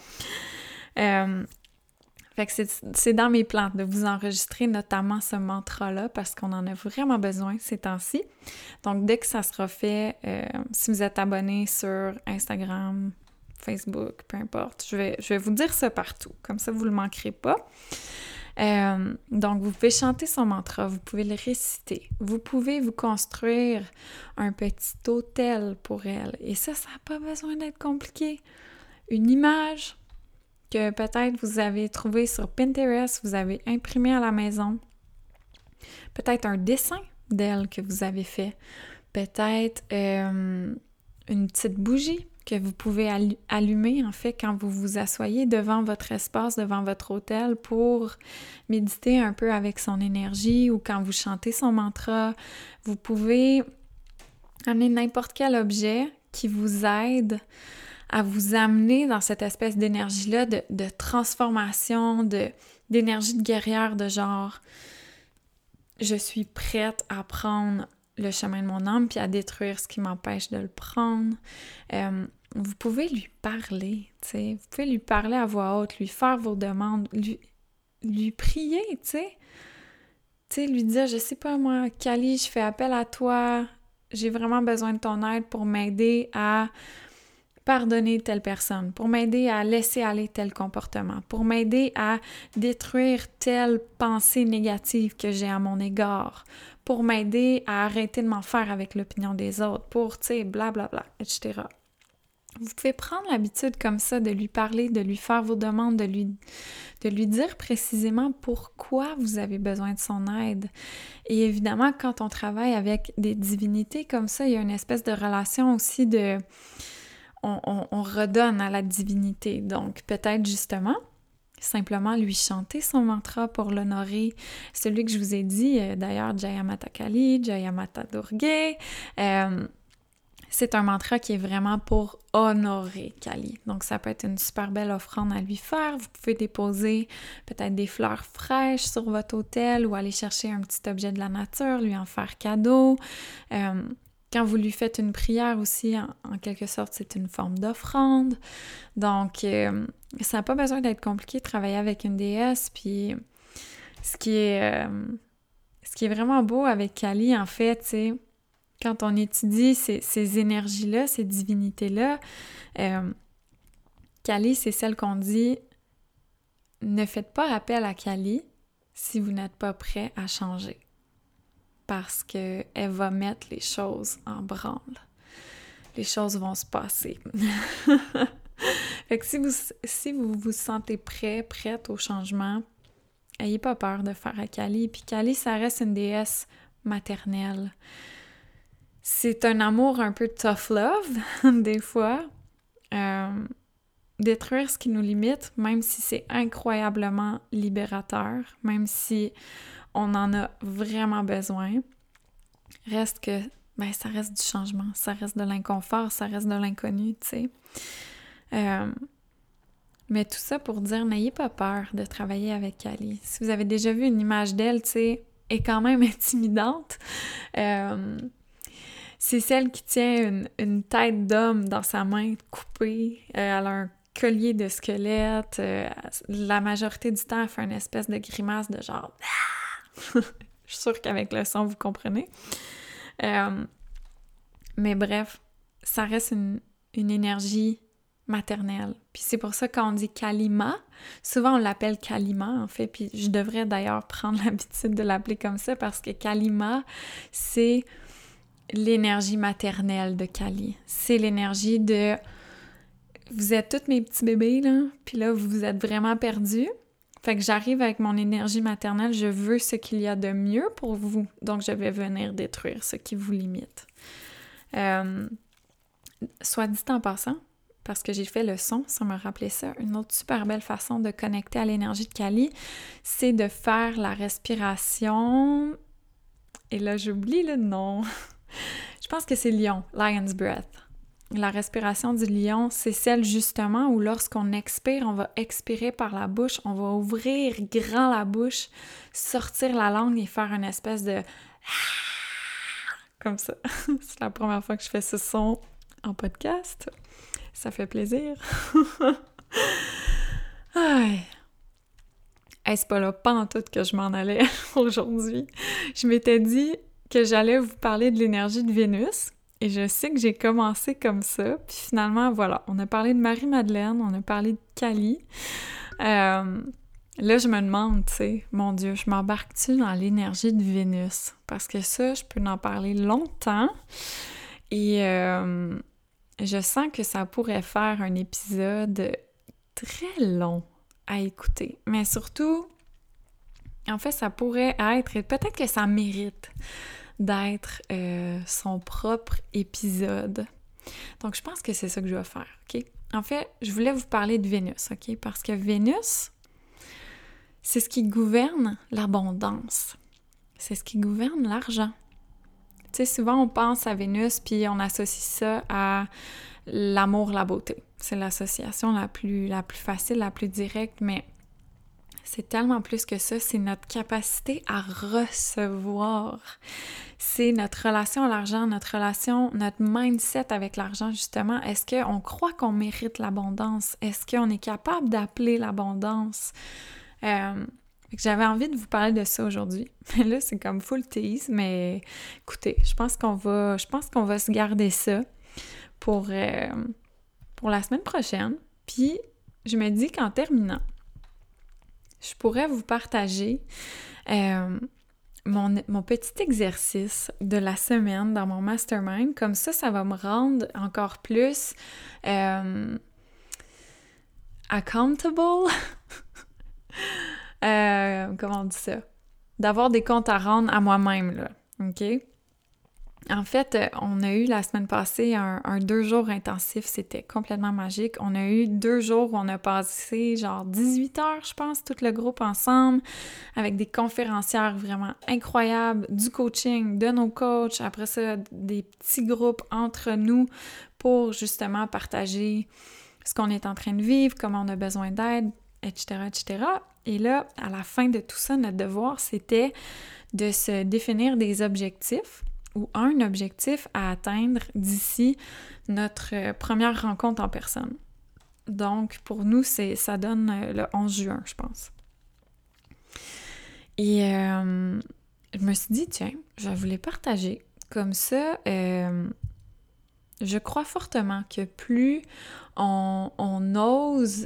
Fait que c'est dans mes plans de vous enregistrer notamment ce mantra-là parce qu'on en a vraiment besoin ces temps-ci. Donc, dès que ça sera fait, si vous êtes abonné sur Instagram, Facebook, peu importe, je vais vous dire ça partout. Comme ça, vous ne le manquerez pas. Donc, vous pouvez chanter son mantra, vous pouvez le réciter. Vous pouvez vous construire un petit hôtel pour elle. Et ça n'a pas besoin d'être compliqué. Une image que peut-être vous avez trouvé sur Pinterest, vous avez imprimé à la maison. Peut-être un dessin d'elle que vous avez fait. Peut-être une petite bougie que vous pouvez allumer, en fait, quand vous vous asseyez devant votre espace, devant votre hôtel pour méditer un peu avec son énergie ou quand vous chantez son mantra. Vous pouvez amener n'importe quel objet qui vous aide à vous amener dans cette espèce d'énergie-là de transformation, d'énergie de guerrière, de genre « je suis prête à prendre le chemin de mon âme puis à détruire ce qui m'empêche de le prendre ». Vous pouvez lui parler, tu sais, vous pouvez lui parler à voix haute, lui faire vos demandes, lui prier, tu sais, lui dire « je sais pas moi, Kali, je fais appel à toi, j'ai vraiment besoin de ton aide pour m'aider à pardonner telle personne, pour m'aider à laisser aller tel comportement, pour m'aider à détruire telle pensée négative que j'ai à mon égard, pour m'aider à arrêter de m'en faire avec l'opinion des autres, pour, tu sais, blablabla, etc. » Vous pouvez prendre l'habitude comme ça de lui parler, de lui faire vos demandes, de lui dire précisément pourquoi vous avez besoin de son aide. Et évidemment, quand on travaille avec des divinités comme ça, il y a une espèce de relation aussi de... On redonne à la divinité. Donc, peut-être justement, simplement lui chanter son mantra pour l'honorer. Celui que je vous ai dit, d'ailleurs, Jaya Mata Kali, Jaya Mata Durge, c'est un mantra qui est vraiment pour honorer Kali. Donc, ça peut être une super belle offrande à lui faire. Vous pouvez déposer peut-être des fleurs fraîches sur votre autel ou aller chercher un petit objet de la nature, lui en faire cadeau. Quand vous lui faites une prière aussi, en quelque sorte, c'est une forme d'offrande. Donc, ça n'a pas besoin d'être compliqué de travailler avec une déesse. Puis, ce qui est vraiment beau avec Kali, en fait, tu sais, quand on étudie ces énergies-là, ces divinités-là, Kali, c'est celle qu'on dit « Ne faites pas appel à Kali si vous n'êtes pas prêt à changer. » Parce qu'elle va mettre les choses en branle. Les choses vont se passer. Fait que si vous vous sentez prête au changement, ayez pas peur de faire à Kali. Puis Kali, ça reste une déesse maternelle. C'est un amour un peu tough love, des fois. Détruire ce qui nous limite, même si c'est incroyablement libérateur, même si on en a vraiment besoin, reste que, ça reste du changement, ça reste de l'inconfort, ça reste de l'inconnu, tu sais. Mais tout ça pour dire, n'ayez pas peur de travailler avec Kali. Si vous avez déjà vu une image d'elle, tu sais, elle est quand même intimidante. C'est celle qui tient une tête d'homme dans sa main coupée. Elle a un collier de squelette. La majorité du temps, elle fait une espèce de grimace de genre... Je suis sûre qu'avec le son, vous comprenez. Mais bref, ça reste une énergie maternelle. Puis c'est pour ça quand on dit Kalima, souvent on l'appelle Kalima en fait, puis je devrais d'ailleurs prendre l'habitude de l'appeler comme ça parce que Kalima, c'est l'énergie maternelle de Kali. C'est l'énergie de vous êtes tous mes petits bébés là, puis là vous êtes vraiment perdus. Fait que j'arrive avec mon énergie maternelle, je veux ce qu'il y a de mieux pour vous, donc je vais venir détruire ce qui vous limite. Soit dit en passant, parce que j'ai fait le son, ça me rappelait ça, une autre super belle façon de connecter à l'énergie de Kali, c'est de faire la respiration... Et là, j'oublie le nom. Je pense que c'est lion, Lion's Breath. La respiration du lion, c'est celle justement où lorsqu'on expire, on va expirer par la bouche, on va ouvrir grand la bouche, sortir la langue et faire une espèce de... comme ça. C'est la première fois que je fais ce son en podcast. Ça fait plaisir. C'est pas là, pas en tout que je m'en allais aujourd'hui. Je m'étais dit que j'allais vous parler de l'énergie de Vénus. Et je sais que j'ai commencé comme ça. Puis finalement, voilà, on a parlé de Marie-Madeleine, on a parlé de Kali. Là, je me demande, tu sais, mon Dieu, je m'embarque-tu dans l'énergie de Vénus? Parce que ça, je peux en parler longtemps. Et je sens que ça pourrait faire un épisode très long à écouter. Mais surtout, en fait, ça pourrait être, et peut-être que ça mérite d'être son propre épisode. Donc, je pense que c'est ça que je vais faire, OK? En fait, je voulais vous parler de Vénus, OK? Parce que Vénus, c'est ce qui gouverne l'abondance. C'est ce qui gouverne l'argent. Tu sais, souvent, on pense à Vénus, puis on associe ça à l'amour, la beauté. C'est l'association la plus facile, la plus directe, mais c'est tellement plus que ça. C'est notre capacité à recevoir. C'est notre relation à l'argent, notre mindset avec l'argent, justement. Est-ce qu'on croit qu'on mérite l'abondance? Est-ce qu'on est capable d'appeler l'abondance? J'avais envie de vous parler de ça aujourd'hui. Mais là, c'est comme full tease, mais écoutez, je pense qu'on va se garder ça pour la semaine prochaine. Puis, je me dis qu'en terminant, je pourrais vous partager mon petit exercice de la semaine dans mon mastermind. Comme ça va me rendre encore plus accountable. Comment on dit ça? D'avoir des comptes à rendre à moi-même, là. OK? En fait, on a eu la semaine passée un 2 jours intensif, c'était complètement magique. On a eu 2 jours où on a passé genre 18 heures, je pense, tout le groupe ensemble, avec des conférencières vraiment incroyables, du coaching, de nos coachs, après ça, des petits groupes entre nous pour justement partager ce qu'on est en train de vivre, comment on a besoin d'aide, etc., etc. Et là, à la fin de tout ça, notre devoir, c'était de se définir des objectifs ou un objectif à atteindre d'ici notre première rencontre en personne. Donc, pour nous, ça donne le 11 juin, je pense. Et je me suis dit, tiens, je vais vous les partager. Comme ça, je crois fortement que plus on ose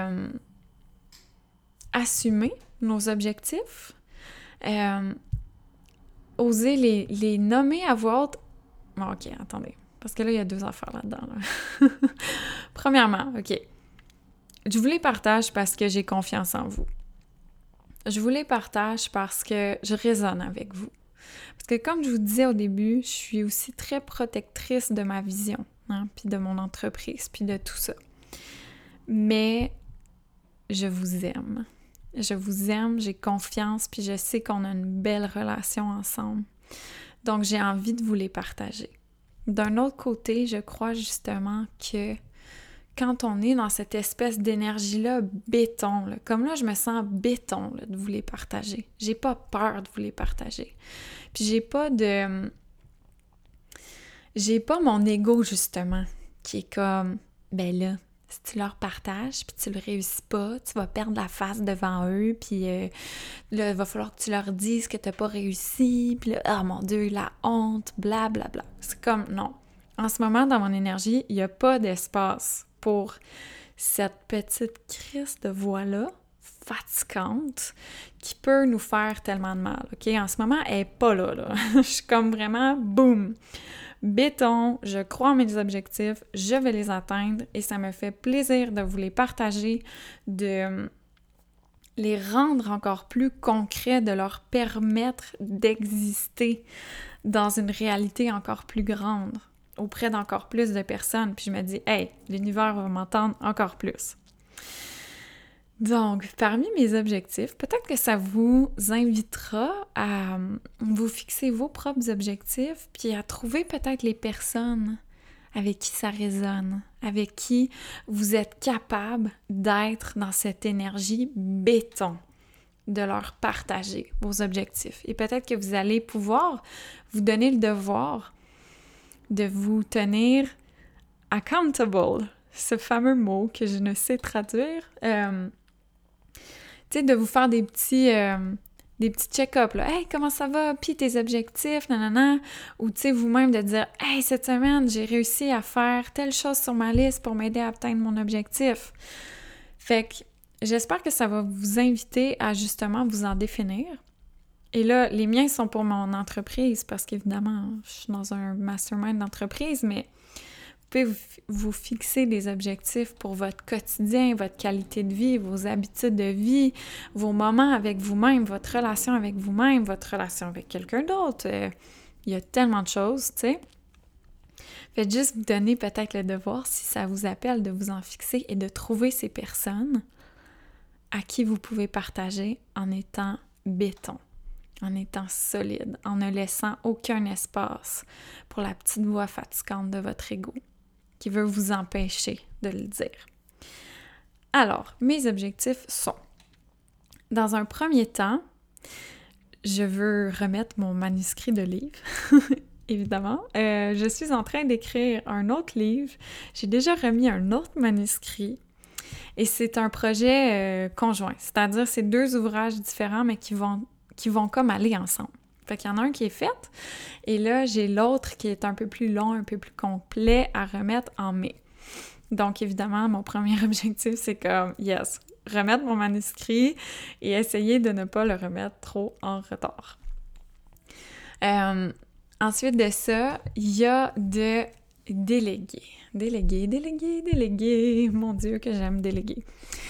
assumer nos objectifs, oser les nommer à voix haute. Bon, ok, attendez. Parce que là, il y a 2 affaires là-dedans. Là. Premièrement, ok. Je vous les partage parce que j'ai confiance en vous. Je vous les partage parce que je résonne avec vous. Parce que comme je vous disais au début, je suis aussi très protectrice de ma vision, hein, puis de mon entreprise, puis de tout ça. Mais je vous aime. Je vous aime, j'ai confiance, puis je sais qu'on a une belle relation ensemble. Donc, j'ai envie de vous les partager. D'un autre côté, je crois justement que quand on est dans cette espèce d'énergie-là, béton, là, comme là, je me sens béton là, de vous les partager. J'ai pas peur de vous les partager. Puis j'ai pas mon ego, justement, qui est comme, ben là, si tu leur partages, puis tu le réussis pas, tu vas perdre la face devant eux, puis là, il va falloir que tu leur dises que t'as pas réussi, puis là, oh mon Dieu, la honte, blablabla. Bla, bla. C'est comme, non. En ce moment, dans mon énergie, il n'y a pas d'espace pour cette petite crise de voix-là, fatigante, qui peut nous faire tellement de mal, OK? En ce moment, elle n'est pas là. Je suis comme vraiment, boum! Béton, je crois en mes objectifs, je vais les atteindre et ça me fait plaisir de vous les partager, de les rendre encore plus concrets, de leur permettre d'exister dans une réalité encore plus grande, auprès d'encore plus de personnes. Puis je me dis, hey, l'univers va m'entendre encore plus. Donc, parmi mes objectifs, peut-être que ça vous invitera à vous fixer vos propres objectifs, puis à trouver peut-être les personnes avec qui ça résonne, avec qui vous êtes capable d'être dans cette énergie béton, de leur partager vos objectifs. Et peut-être que vous allez pouvoir vous donner le devoir de vous tenir accountable, ce fameux mot que je ne sais traduire. Tu sais, de vous faire des petits check-ups, là. « Hey, comment ça va? Puis tes objectifs, nanana. » Ou tu sais, vous-même de dire « Hey, cette semaine, j'ai réussi à faire telle chose sur ma liste pour m'aider à atteindre mon objectif. » Fait que j'espère que ça va vous inviter à justement vous en définir. Et là, les miens sont pour mon entreprise parce qu'évidemment, je suis dans un mastermind d'entreprise, mais vous pouvez vous fixer des objectifs pour votre quotidien, votre qualité de vie, vos habitudes de vie, vos moments avec vous-même, votre relation avec vous-même, votre relation avec quelqu'un d'autre. Il y a tellement de choses, tu sais. Faites juste vous donner peut-être le devoir, si ça vous appelle, de vous en fixer et de trouver ces personnes à qui vous pouvez partager en étant béton, en étant solide, en ne laissant aucun espace pour la petite voix fatigante de votre ego qui veut vous empêcher de le dire. Alors, mes objectifs sont, dans un premier temps, je veux remettre mon manuscrit de livre, évidemment. Je suis en train d'écrire un autre livre. J'ai déjà remis un autre manuscrit et c'est un projet conjoint, c'est-à-dire c'est 2 ouvrages différents mais qui vont comme aller ensemble. Fait qu'il y en a un qui est fait, et là, j'ai l'autre qui est un peu plus long, un peu plus complet à remettre en mai. Donc, évidemment, mon premier objectif, c'est comme, yes, remettre mon manuscrit et essayer de ne pas le remettre trop en retard. Ensuite de ça, il y a de déléguer. Déléguer. Mon Dieu, que j'aime déléguer.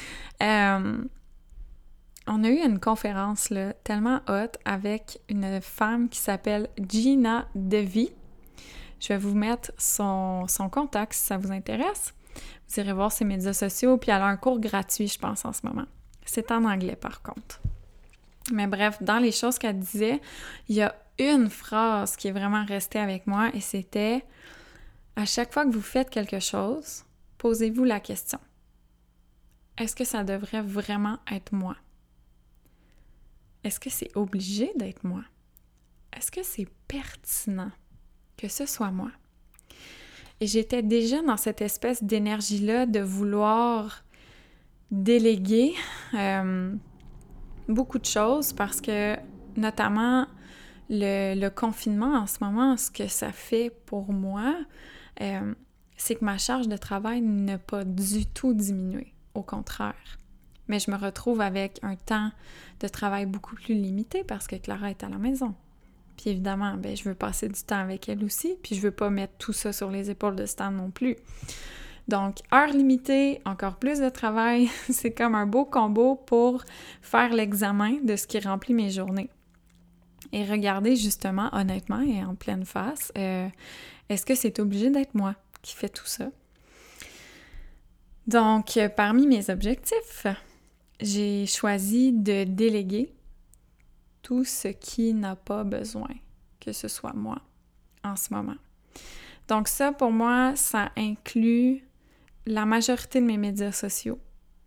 On a eu une conférence là, tellement hot avec une femme qui s'appelle Gina Devi. Je vais vous mettre son contact si ça vous intéresse. Vous irez voir ses médias sociaux, puis elle a un cours gratuit, je pense, en ce moment. C'est en anglais, par contre. Mais bref, dans les choses qu'elle disait, il y a une phrase qui est vraiment restée avec moi, et c'était « À chaque fois que vous faites quelque chose, posez-vous la question. Est-ce que ça devrait vraiment être moi? Est-ce que c'est obligé d'être moi? est-ce que c'est pertinent que ce soit moi? Et j'étais déjà dans cette espèce d'énergie-là de vouloir déléguer beaucoup de choses parce que, notamment, le confinement en ce moment, ce que ça fait pour moi, c'est que ma charge de travail n'a pas du tout diminué. Au contraire. Mais je me retrouve avec un temps de travail beaucoup plus limité parce que Clara est à la maison. Puis évidemment, je veux passer du temps avec elle aussi, puis je veux pas mettre tout ça sur les épaules de Stan non plus. Donc, heure limitée, encore plus de travail, c'est comme un beau combo pour faire l'examen de ce qui remplit mes journées. Et regarder justement, honnêtement et en pleine face, est-ce que c'est obligé d'être moi qui fais tout ça? Donc, parmi mes objectifs, j'ai choisi de déléguer tout ce qui n'a pas besoin que ce soit moi en ce moment. Donc ça, pour moi, ça inclut la majorité de mes médias sociaux.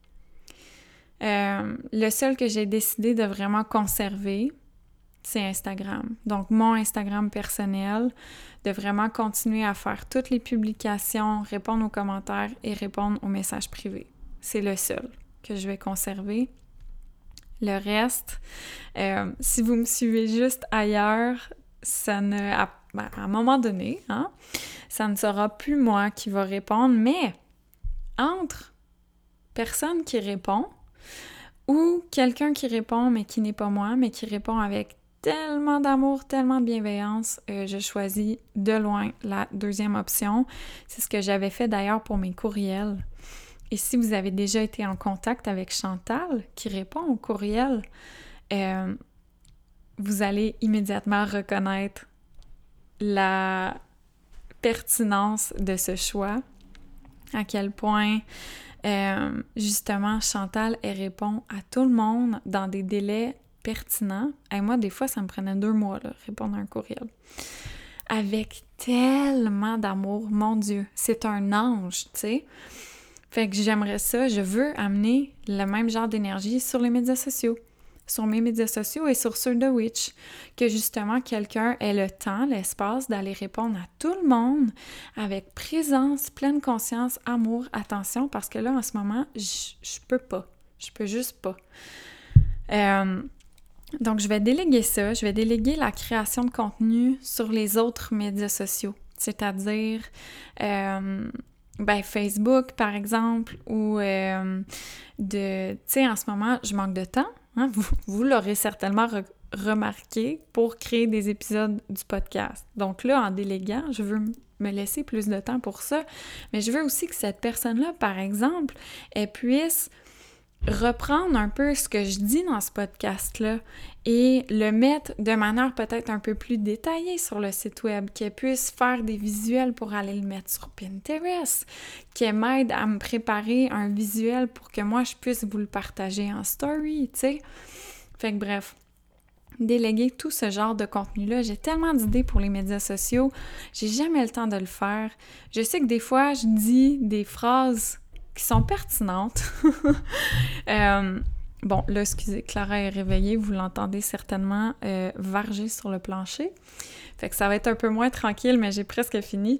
Le seul que j'ai décidé de vraiment conserver, c'est Instagram. Donc mon Instagram personnel, de vraiment continuer à faire toutes les publications, répondre aux commentaires et répondre aux messages privés. C'est le seul que je vais conserver. Le reste, si vous me suivez juste ailleurs, ça ne, à un moment donné, ça ne sera plus moi qui va répondre, mais entre personne qui répond ou quelqu'un qui répond mais qui n'est pas moi, mais qui répond avec tellement d'amour, tellement de bienveillance, je choisis de loin la deuxième option. C'est ce que j'avais fait d'ailleurs pour mes courriels. Et si vous avez déjà été en contact avec Chantal, qui répond au courriel, vous allez immédiatement reconnaître la pertinence de ce choix, à quel point, justement, Chantal, elle répond à tout le monde dans des délais pertinents. Et moi, des fois, ça me prenait 2 mois, là, répondre à un courriel. Avec tellement d'amour, mon Dieu, c'est un ange, tu sais. Fait que j'aimerais ça, je veux amener le même genre d'énergie sur les médias sociaux, sur mes médias sociaux et sur ceux de Witch, que justement quelqu'un ait le temps, l'espace d'aller répondre à tout le monde avec présence, pleine conscience, amour, attention, parce que là, en ce moment, je peux pas. Je peux juste pas. Donc, je vais déléguer ça, je vais déléguer la création de contenu sur les autres médias sociaux, c'est-à-dire Facebook, par exemple, ou tu sais, en ce moment, je manque de temps. Hein? Vous l'aurez certainement remarqué pour créer des épisodes du podcast. Donc là, en déléguant, je veux me laisser plus de temps pour ça, mais je veux aussi que cette personne-là, par exemple, elle puisse reprendre un peu ce que je dis dans ce podcast-là et le mettre de manière peut-être un peu plus détaillée sur le site web, qu'elle puisse faire des visuels pour aller le mettre sur Pinterest, qu'elle m'aide à me préparer un visuel pour que moi, je puisse vous le partager en story, tu sais. Fait que bref, déléguer tout ce genre de contenu-là. J'ai tellement d'idées pour les médias sociaux, j'ai jamais le temps de le faire. Je sais que des fois, je dis des phrases qui sont pertinentes. Bon, là, excusez, Clara est réveillée, vous l'entendez certainement varger sur le plancher. Fait que ça va être un peu moins tranquille, mais j'ai presque fini.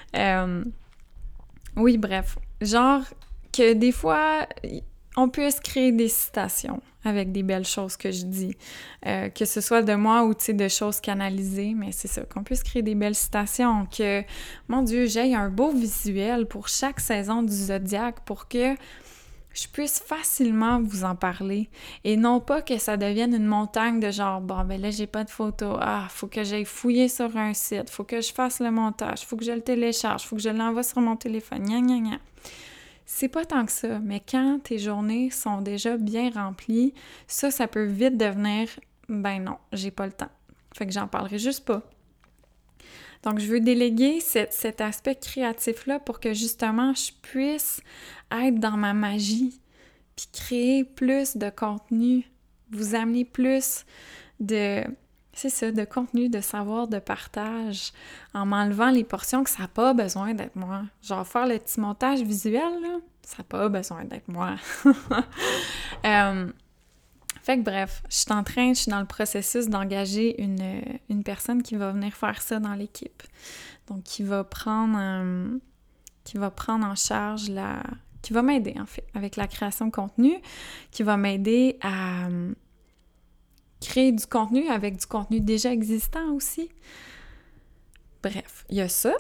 Oui, bref, genre que des fois, on puisse créer des citations avec des belles choses que je dis, que ce soit de moi ou, tu sais, de choses canalisées, mais c'est ça, qu'on puisse créer des belles citations, que, mon Dieu, j'aie un beau visuel pour chaque saison du Zodiaque pour que je puisse facilement vous en parler, et non pas que ça devienne une montagne de genre, bon, ben là, j'ai pas de photos, faut que j'aille fouiller sur un site, faut que je fasse le montage, faut que je le télécharge, faut que je l'envoie sur mon téléphone, gna gna gna. C'est pas tant que ça, mais quand tes journées sont déjà bien remplies, ça peut vite devenir « ben non, j'ai pas le temps ». Fait que j'en parlerai juste pas. Donc, je veux déléguer cet aspect créatif-là pour que justement, je puisse être dans ma magie, puis créer plus de contenu, vous amener plus de contenu, de savoir, de partage, en m'enlevant les portions que ça n'a pas besoin d'être moi. Genre, faire le petit montage visuel, là, ça n'a pas besoin d'être moi. Fait que bref, je suis dans le processus d'engager une personne qui va venir faire ça dans l'équipe. Donc, qui va prendre en charge qui va m'aider, en fait, avec la création de contenu, qui va m'aider à créer du contenu avec du contenu déjà existant aussi. Bref, il y a ça.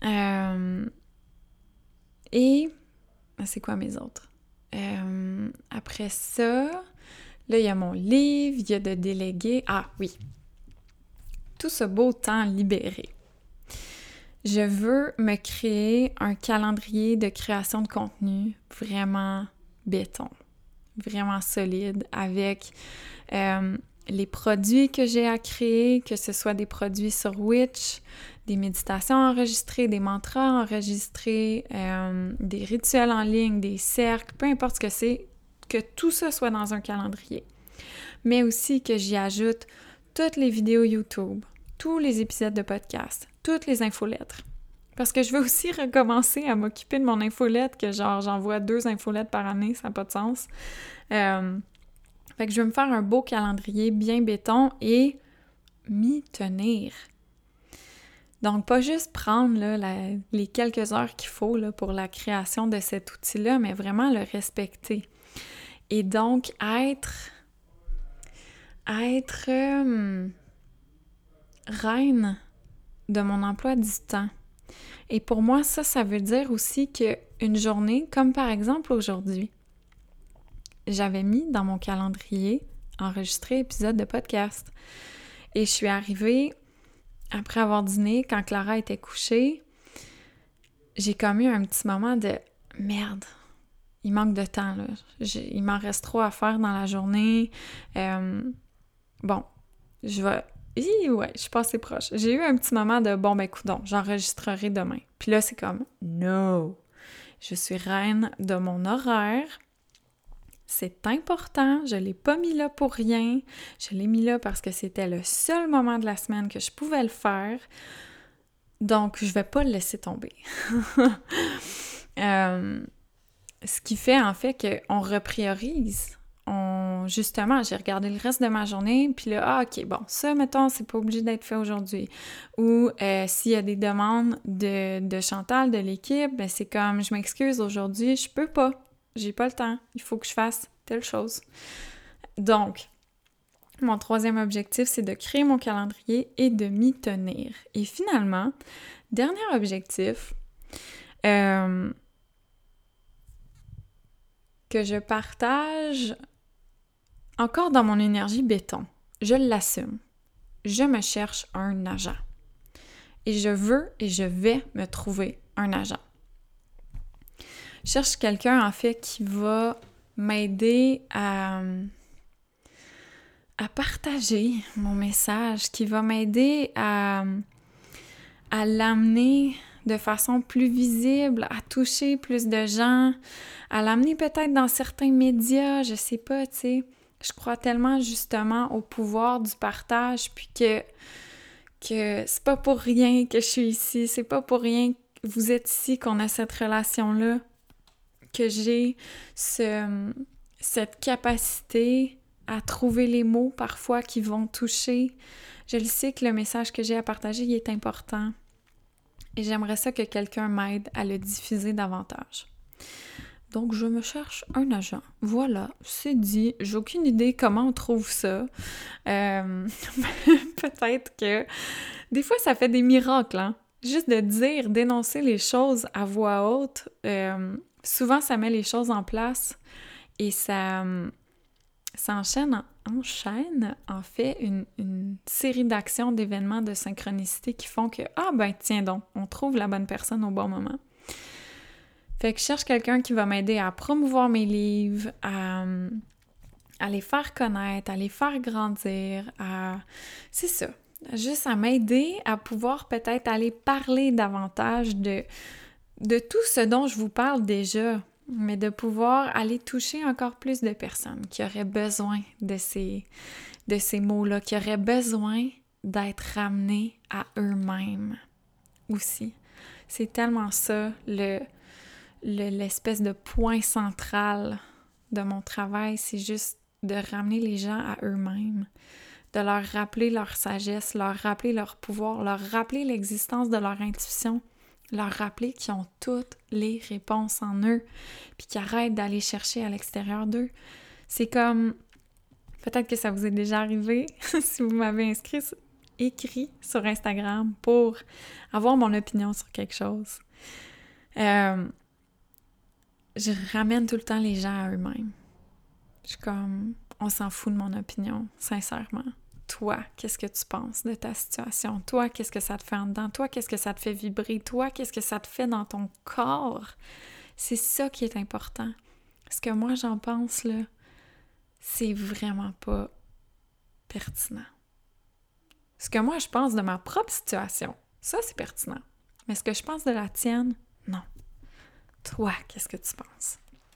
Et c'est quoi mes autres? Après ça, là, il y a mon livre, il y a de déléguer. Ah oui! Tout ce beau temps libéré. Je veux me créer un calendrier de création de contenu vraiment béton, vraiment solide, avec les produits que j'ai à créer, que ce soit des produits sur Witch, des méditations enregistrées, des mantras enregistrés, des rituels en ligne, des cercles, peu importe ce que c'est, que tout ça soit dans un calendrier. Mais aussi que j'y ajoute toutes les vidéos YouTube, tous les épisodes de podcast, toutes les infolettres. Parce que je veux aussi recommencer à m'occuper de mon infolette, que genre j'envoie 2 infolettes par année, ça n'a pas de sens. Fait que je veux me faire un beau calendrier bien béton et m'y tenir. Donc, pas juste prendre là, les quelques heures qu'il faut là, pour la création de cet outil-là, mais vraiment le respecter. Et donc, être reine de mon emploi du temps. Et pour moi, ça veut dire aussi qu'une journée, comme par exemple aujourd'hui, j'avais mis dans mon calendrier enregistrer épisode de podcast. Et je suis arrivée, après avoir dîné, quand Clara était couchée, j'ai comme eu un petit moment de « Merde, il manque de temps, là. Il m'en reste trop à faire dans la journée. Bon, je vais... » ouais, je suis passée proche. J'ai eu un petit moment de « Bon, ben coudonc, j'enregistrerai demain. » Puis là, c'est comme « No! Je suis reine de mon horaire. C'est important. Je l'ai pas mis là pour rien. Je l'ai mis là parce que c'était le seul moment de la semaine que je pouvais le faire. Donc, je vais pas le laisser tomber. » Ce qui fait en fait qu'on repriorise. Justement, j'ai regardé le reste de ma journée, puis là, OK, bon, ça, mettons, c'est pas obligé d'être fait aujourd'hui. Ou s'il y a des demandes de Chantal, de l'équipe, ben c'est comme, je m'excuse, aujourd'hui, je peux pas. J'ai pas le temps. Il faut que je fasse telle chose. Donc, mon 3e objectif, c'est de créer mon calendrier et de m'y tenir. Et finalement, dernier objectif, que je partage encore dans mon énergie béton. Je l'assume. Je me cherche un agent. Et je veux et je vais me trouver un agent. Je cherche quelqu'un, en fait, qui va m'aider à partager mon message, qui va m'aider à l'amener de façon plus visible, à toucher plus de gens, à l'amener peut-être dans certains médias, je sais pas, tu sais. Je crois tellement justement au pouvoir du partage, puis que c'est pas pour rien que je suis ici, c'est pas pour rien que vous êtes ici, qu'on a cette relation-là, que j'ai cette capacité à trouver les mots parfois qui vont toucher. Je le sais que le message que j'ai à partager, il est important. Et j'aimerais ça que quelqu'un m'aide à le diffuser davantage. Donc, je me cherche un agent. Voilà, c'est dit. J'ai aucune idée comment on trouve ça. Peut-être que... Des fois, ça fait des miracles, hein? Juste de dire, d'énoncer les choses à voix haute, souvent, ça met les choses en place et ça enchaîne en fait une série d'actions, d'événements, de synchronicité qui font que, ah ben tiens donc, on trouve la bonne personne au bon moment. Fait que je cherche quelqu'un qui va m'aider à promouvoir mes livres, à les faire connaître, à les faire grandir, c'est ça, juste à m'aider à pouvoir peut-être aller parler davantage de tout ce dont je vous parle déjà, mais de pouvoir aller toucher encore plus de personnes qui auraient besoin de ces mots-là, qui auraient besoin d'être ramenées à eux-mêmes aussi. C'est tellement ça, l'espèce de point central de mon travail, c'est juste de ramener les gens à eux-mêmes, de leur rappeler leur sagesse, leur rappeler leur pouvoir, leur rappeler l'existence de leur intuition, leur rappeler qu'ils ont toutes les réponses en eux, puis qu'ils arrêtent d'aller chercher à l'extérieur d'eux. C'est comme, peut-être que ça vous est déjà arrivé, si vous m'avez écrit sur Instagram pour avoir mon opinion sur quelque chose. Je ramène tout le temps les gens à eux-mêmes. Je suis comme, on s'en fout de mon opinion, sincèrement. Toi, qu'est-ce que tu penses de ta situation? Toi, qu'est-ce que ça te fait en dedans? Toi, qu'est-ce que ça te fait vibrer? Toi, qu'est-ce que ça te fait dans ton corps? C'est ça qui est important. Ce que moi, j'en pense, là, c'est vraiment pas pertinent. Ce que moi, je pense de ma propre situation, ça, c'est pertinent. Mais ce que je pense de la tienne, non. Toi, qu'est-ce que tu penses?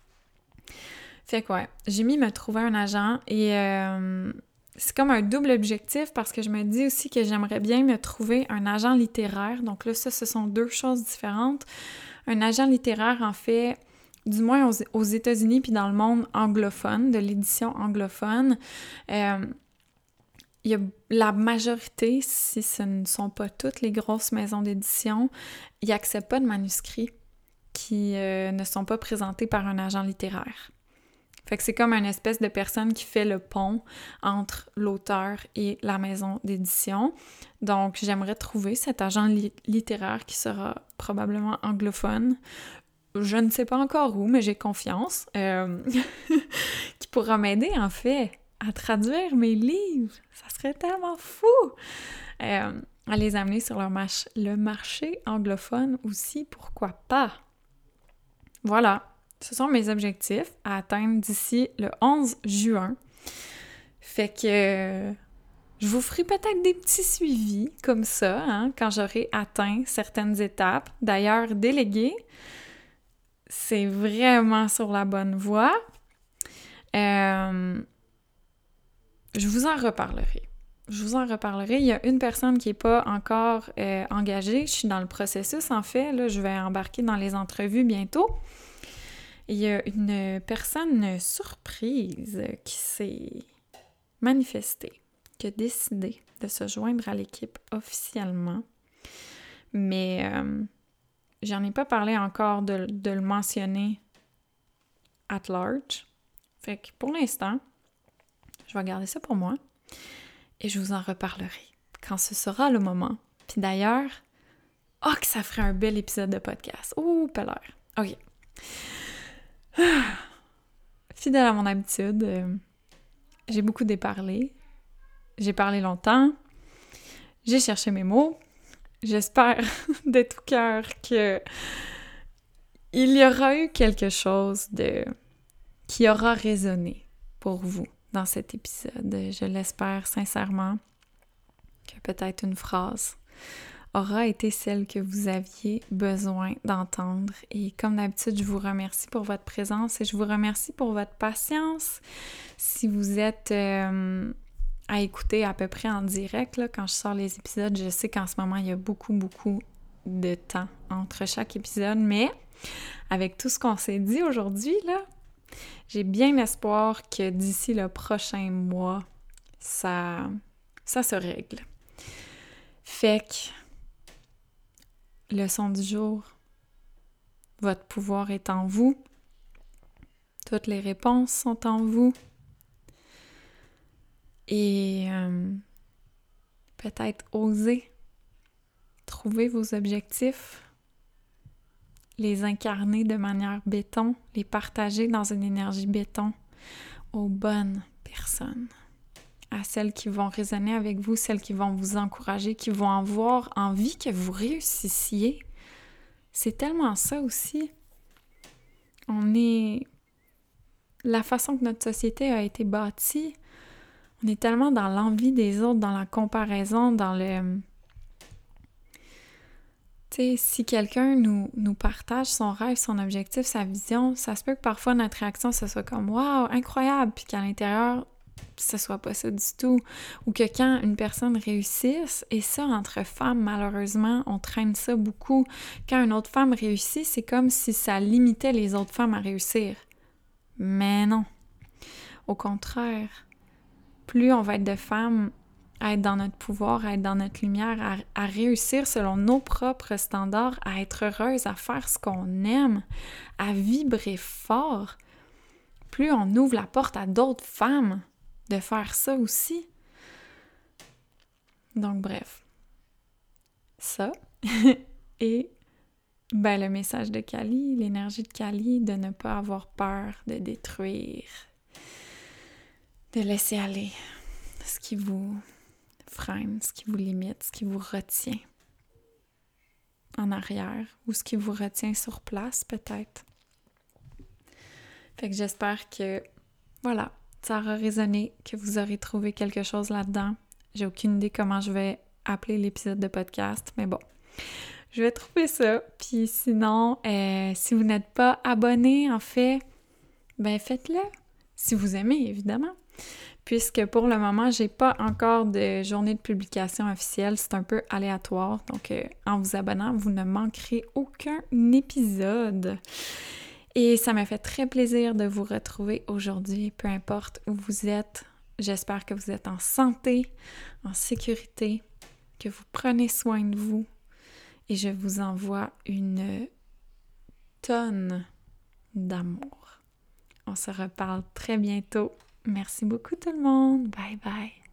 Fait que ouais, j'ai mis me trouver un agent et c'est comme un double objectif parce que je me dis aussi que j'aimerais bien me trouver un agent littéraire. Donc là, ça, ce sont deux choses différentes. Un agent littéraire, en fait, du moins aux États-Unis puis dans le monde anglophone, de l'édition anglophone, il y a la majorité, si ce ne sont pas toutes les grosses maisons d'édition, ils n'acceptent pas de manuscrits qui ne sont pas présentés par un agent littéraire. Fait que c'est comme une espèce de personne qui fait le pont entre l'auteur et la maison d'édition. Donc, j'aimerais trouver cet agent littéraire qui sera probablement anglophone. Je ne sais pas encore où, mais j'ai confiance. Qui pourra m'aider, en fait, à traduire mes livres. Ça serait tellement fou! À les amener sur le marché anglophone aussi, pourquoi pas? Voilà. Ce sont mes objectifs à atteindre d'ici le 11 juin. Fait que je vous ferai peut-être des petits suivis comme ça, hein, quand j'aurai atteint certaines étapes. D'ailleurs, déléguer, c'est vraiment sur la bonne voie. Je vous en reparlerai. Il y a une personne qui n'est pas encore engagée. Je suis dans le processus, en fait. Là, je vais embarquer dans les entrevues bientôt. Il y a une personne surprise qui s'est manifestée, qui a décidé de se joindre à l'équipe officiellement. Mais j'en ai pas parlé encore de le mentionner at large. Fait que pour l'instant, je vais garder ça pour moi et je vous en reparlerai quand ce sera le moment. Puis d'ailleurs, que ça ferait un bel épisode de podcast. Ouh, pelleur. OK. Fidèle à mon habitude, j'ai beaucoup déparlé. J'ai parlé longtemps. J'ai cherché mes mots. J'espère de tout cœur que il y aura eu quelque chose qui aura résonné pour vous dans cet épisode. Je l'espère sincèrement que peut-être une phrase aura été celle que vous aviez besoin d'entendre. Et comme d'habitude, je vous remercie pour votre présence et je vous remercie pour votre patience. Si vous êtes à écouter à peu près en direct, là, quand je sors les épisodes, je sais qu'en ce moment, il y a beaucoup de temps entre chaque épisode, mais avec tout ce qu'on s'est dit aujourd'hui, là, j'ai bien espoir que d'ici le prochain mois, ça se règle. Fait que leçon du jour, votre pouvoir est en vous. Toutes les réponses sont en vous. Et peut-être oser trouver vos objectifs, les incarner de manière béton, les partager dans une énergie béton aux bonnes personnes, à celles qui vont résonner avec vous, celles qui vont vous encourager, qui vont avoir envie que vous réussissiez. C'est tellement ça aussi. La façon que notre société a été bâtie, on est tellement dans l'envie des autres, dans la comparaison, dans le... Tu sais, si quelqu'un nous partage son rêve, son objectif, sa vision, ça se peut que parfois notre réaction, ce soit comme « Wow, incroyable! » puis qu'à l'intérieur, ce soit pas ça du tout. Ou que quand une personne réussisse, et ça, entre femmes, malheureusement, on traîne ça beaucoup. Quand une autre femme réussit, c'est comme si ça limitait les autres femmes à réussir. Mais non. Au contraire, plus on va être de femmes à être dans notre pouvoir, à être dans notre lumière, à réussir selon nos propres standards, à être heureuse, à faire ce qu'on aime, à vibrer fort, plus on ouvre la porte à d'autres femmes de faire ça aussi. Donc bref, ça. Et le message de Kali, l'énergie de Kali, de ne pas avoir peur de détruire, de laisser aller ce qui vous freine, ce qui vous limite, ce qui vous retient en arrière ou ce qui vous retient sur place peut-être. Fait que j'espère que, voilà, ça aura résonné, que vous aurez trouvé quelque chose là-dedans. J'ai aucune idée comment je vais appeler l'épisode de podcast, mais bon, je vais trouver ça. Puis sinon, si vous n'êtes pas abonné, en fait, faites-le. Si vous aimez, évidemment. Puisque pour le moment, j'ai pas encore de journée de publication officielle. C'est un peu aléatoire. Donc, en vous abonnant, vous ne manquerez aucun épisode. Et ça m'a fait très plaisir de vous retrouver aujourd'hui, peu importe où vous êtes. J'espère que vous êtes en santé, en sécurité, que vous prenez soin de vous. Et je vous envoie une tonne d'amour. On se reparle très bientôt. Merci beaucoup tout le monde. Bye bye.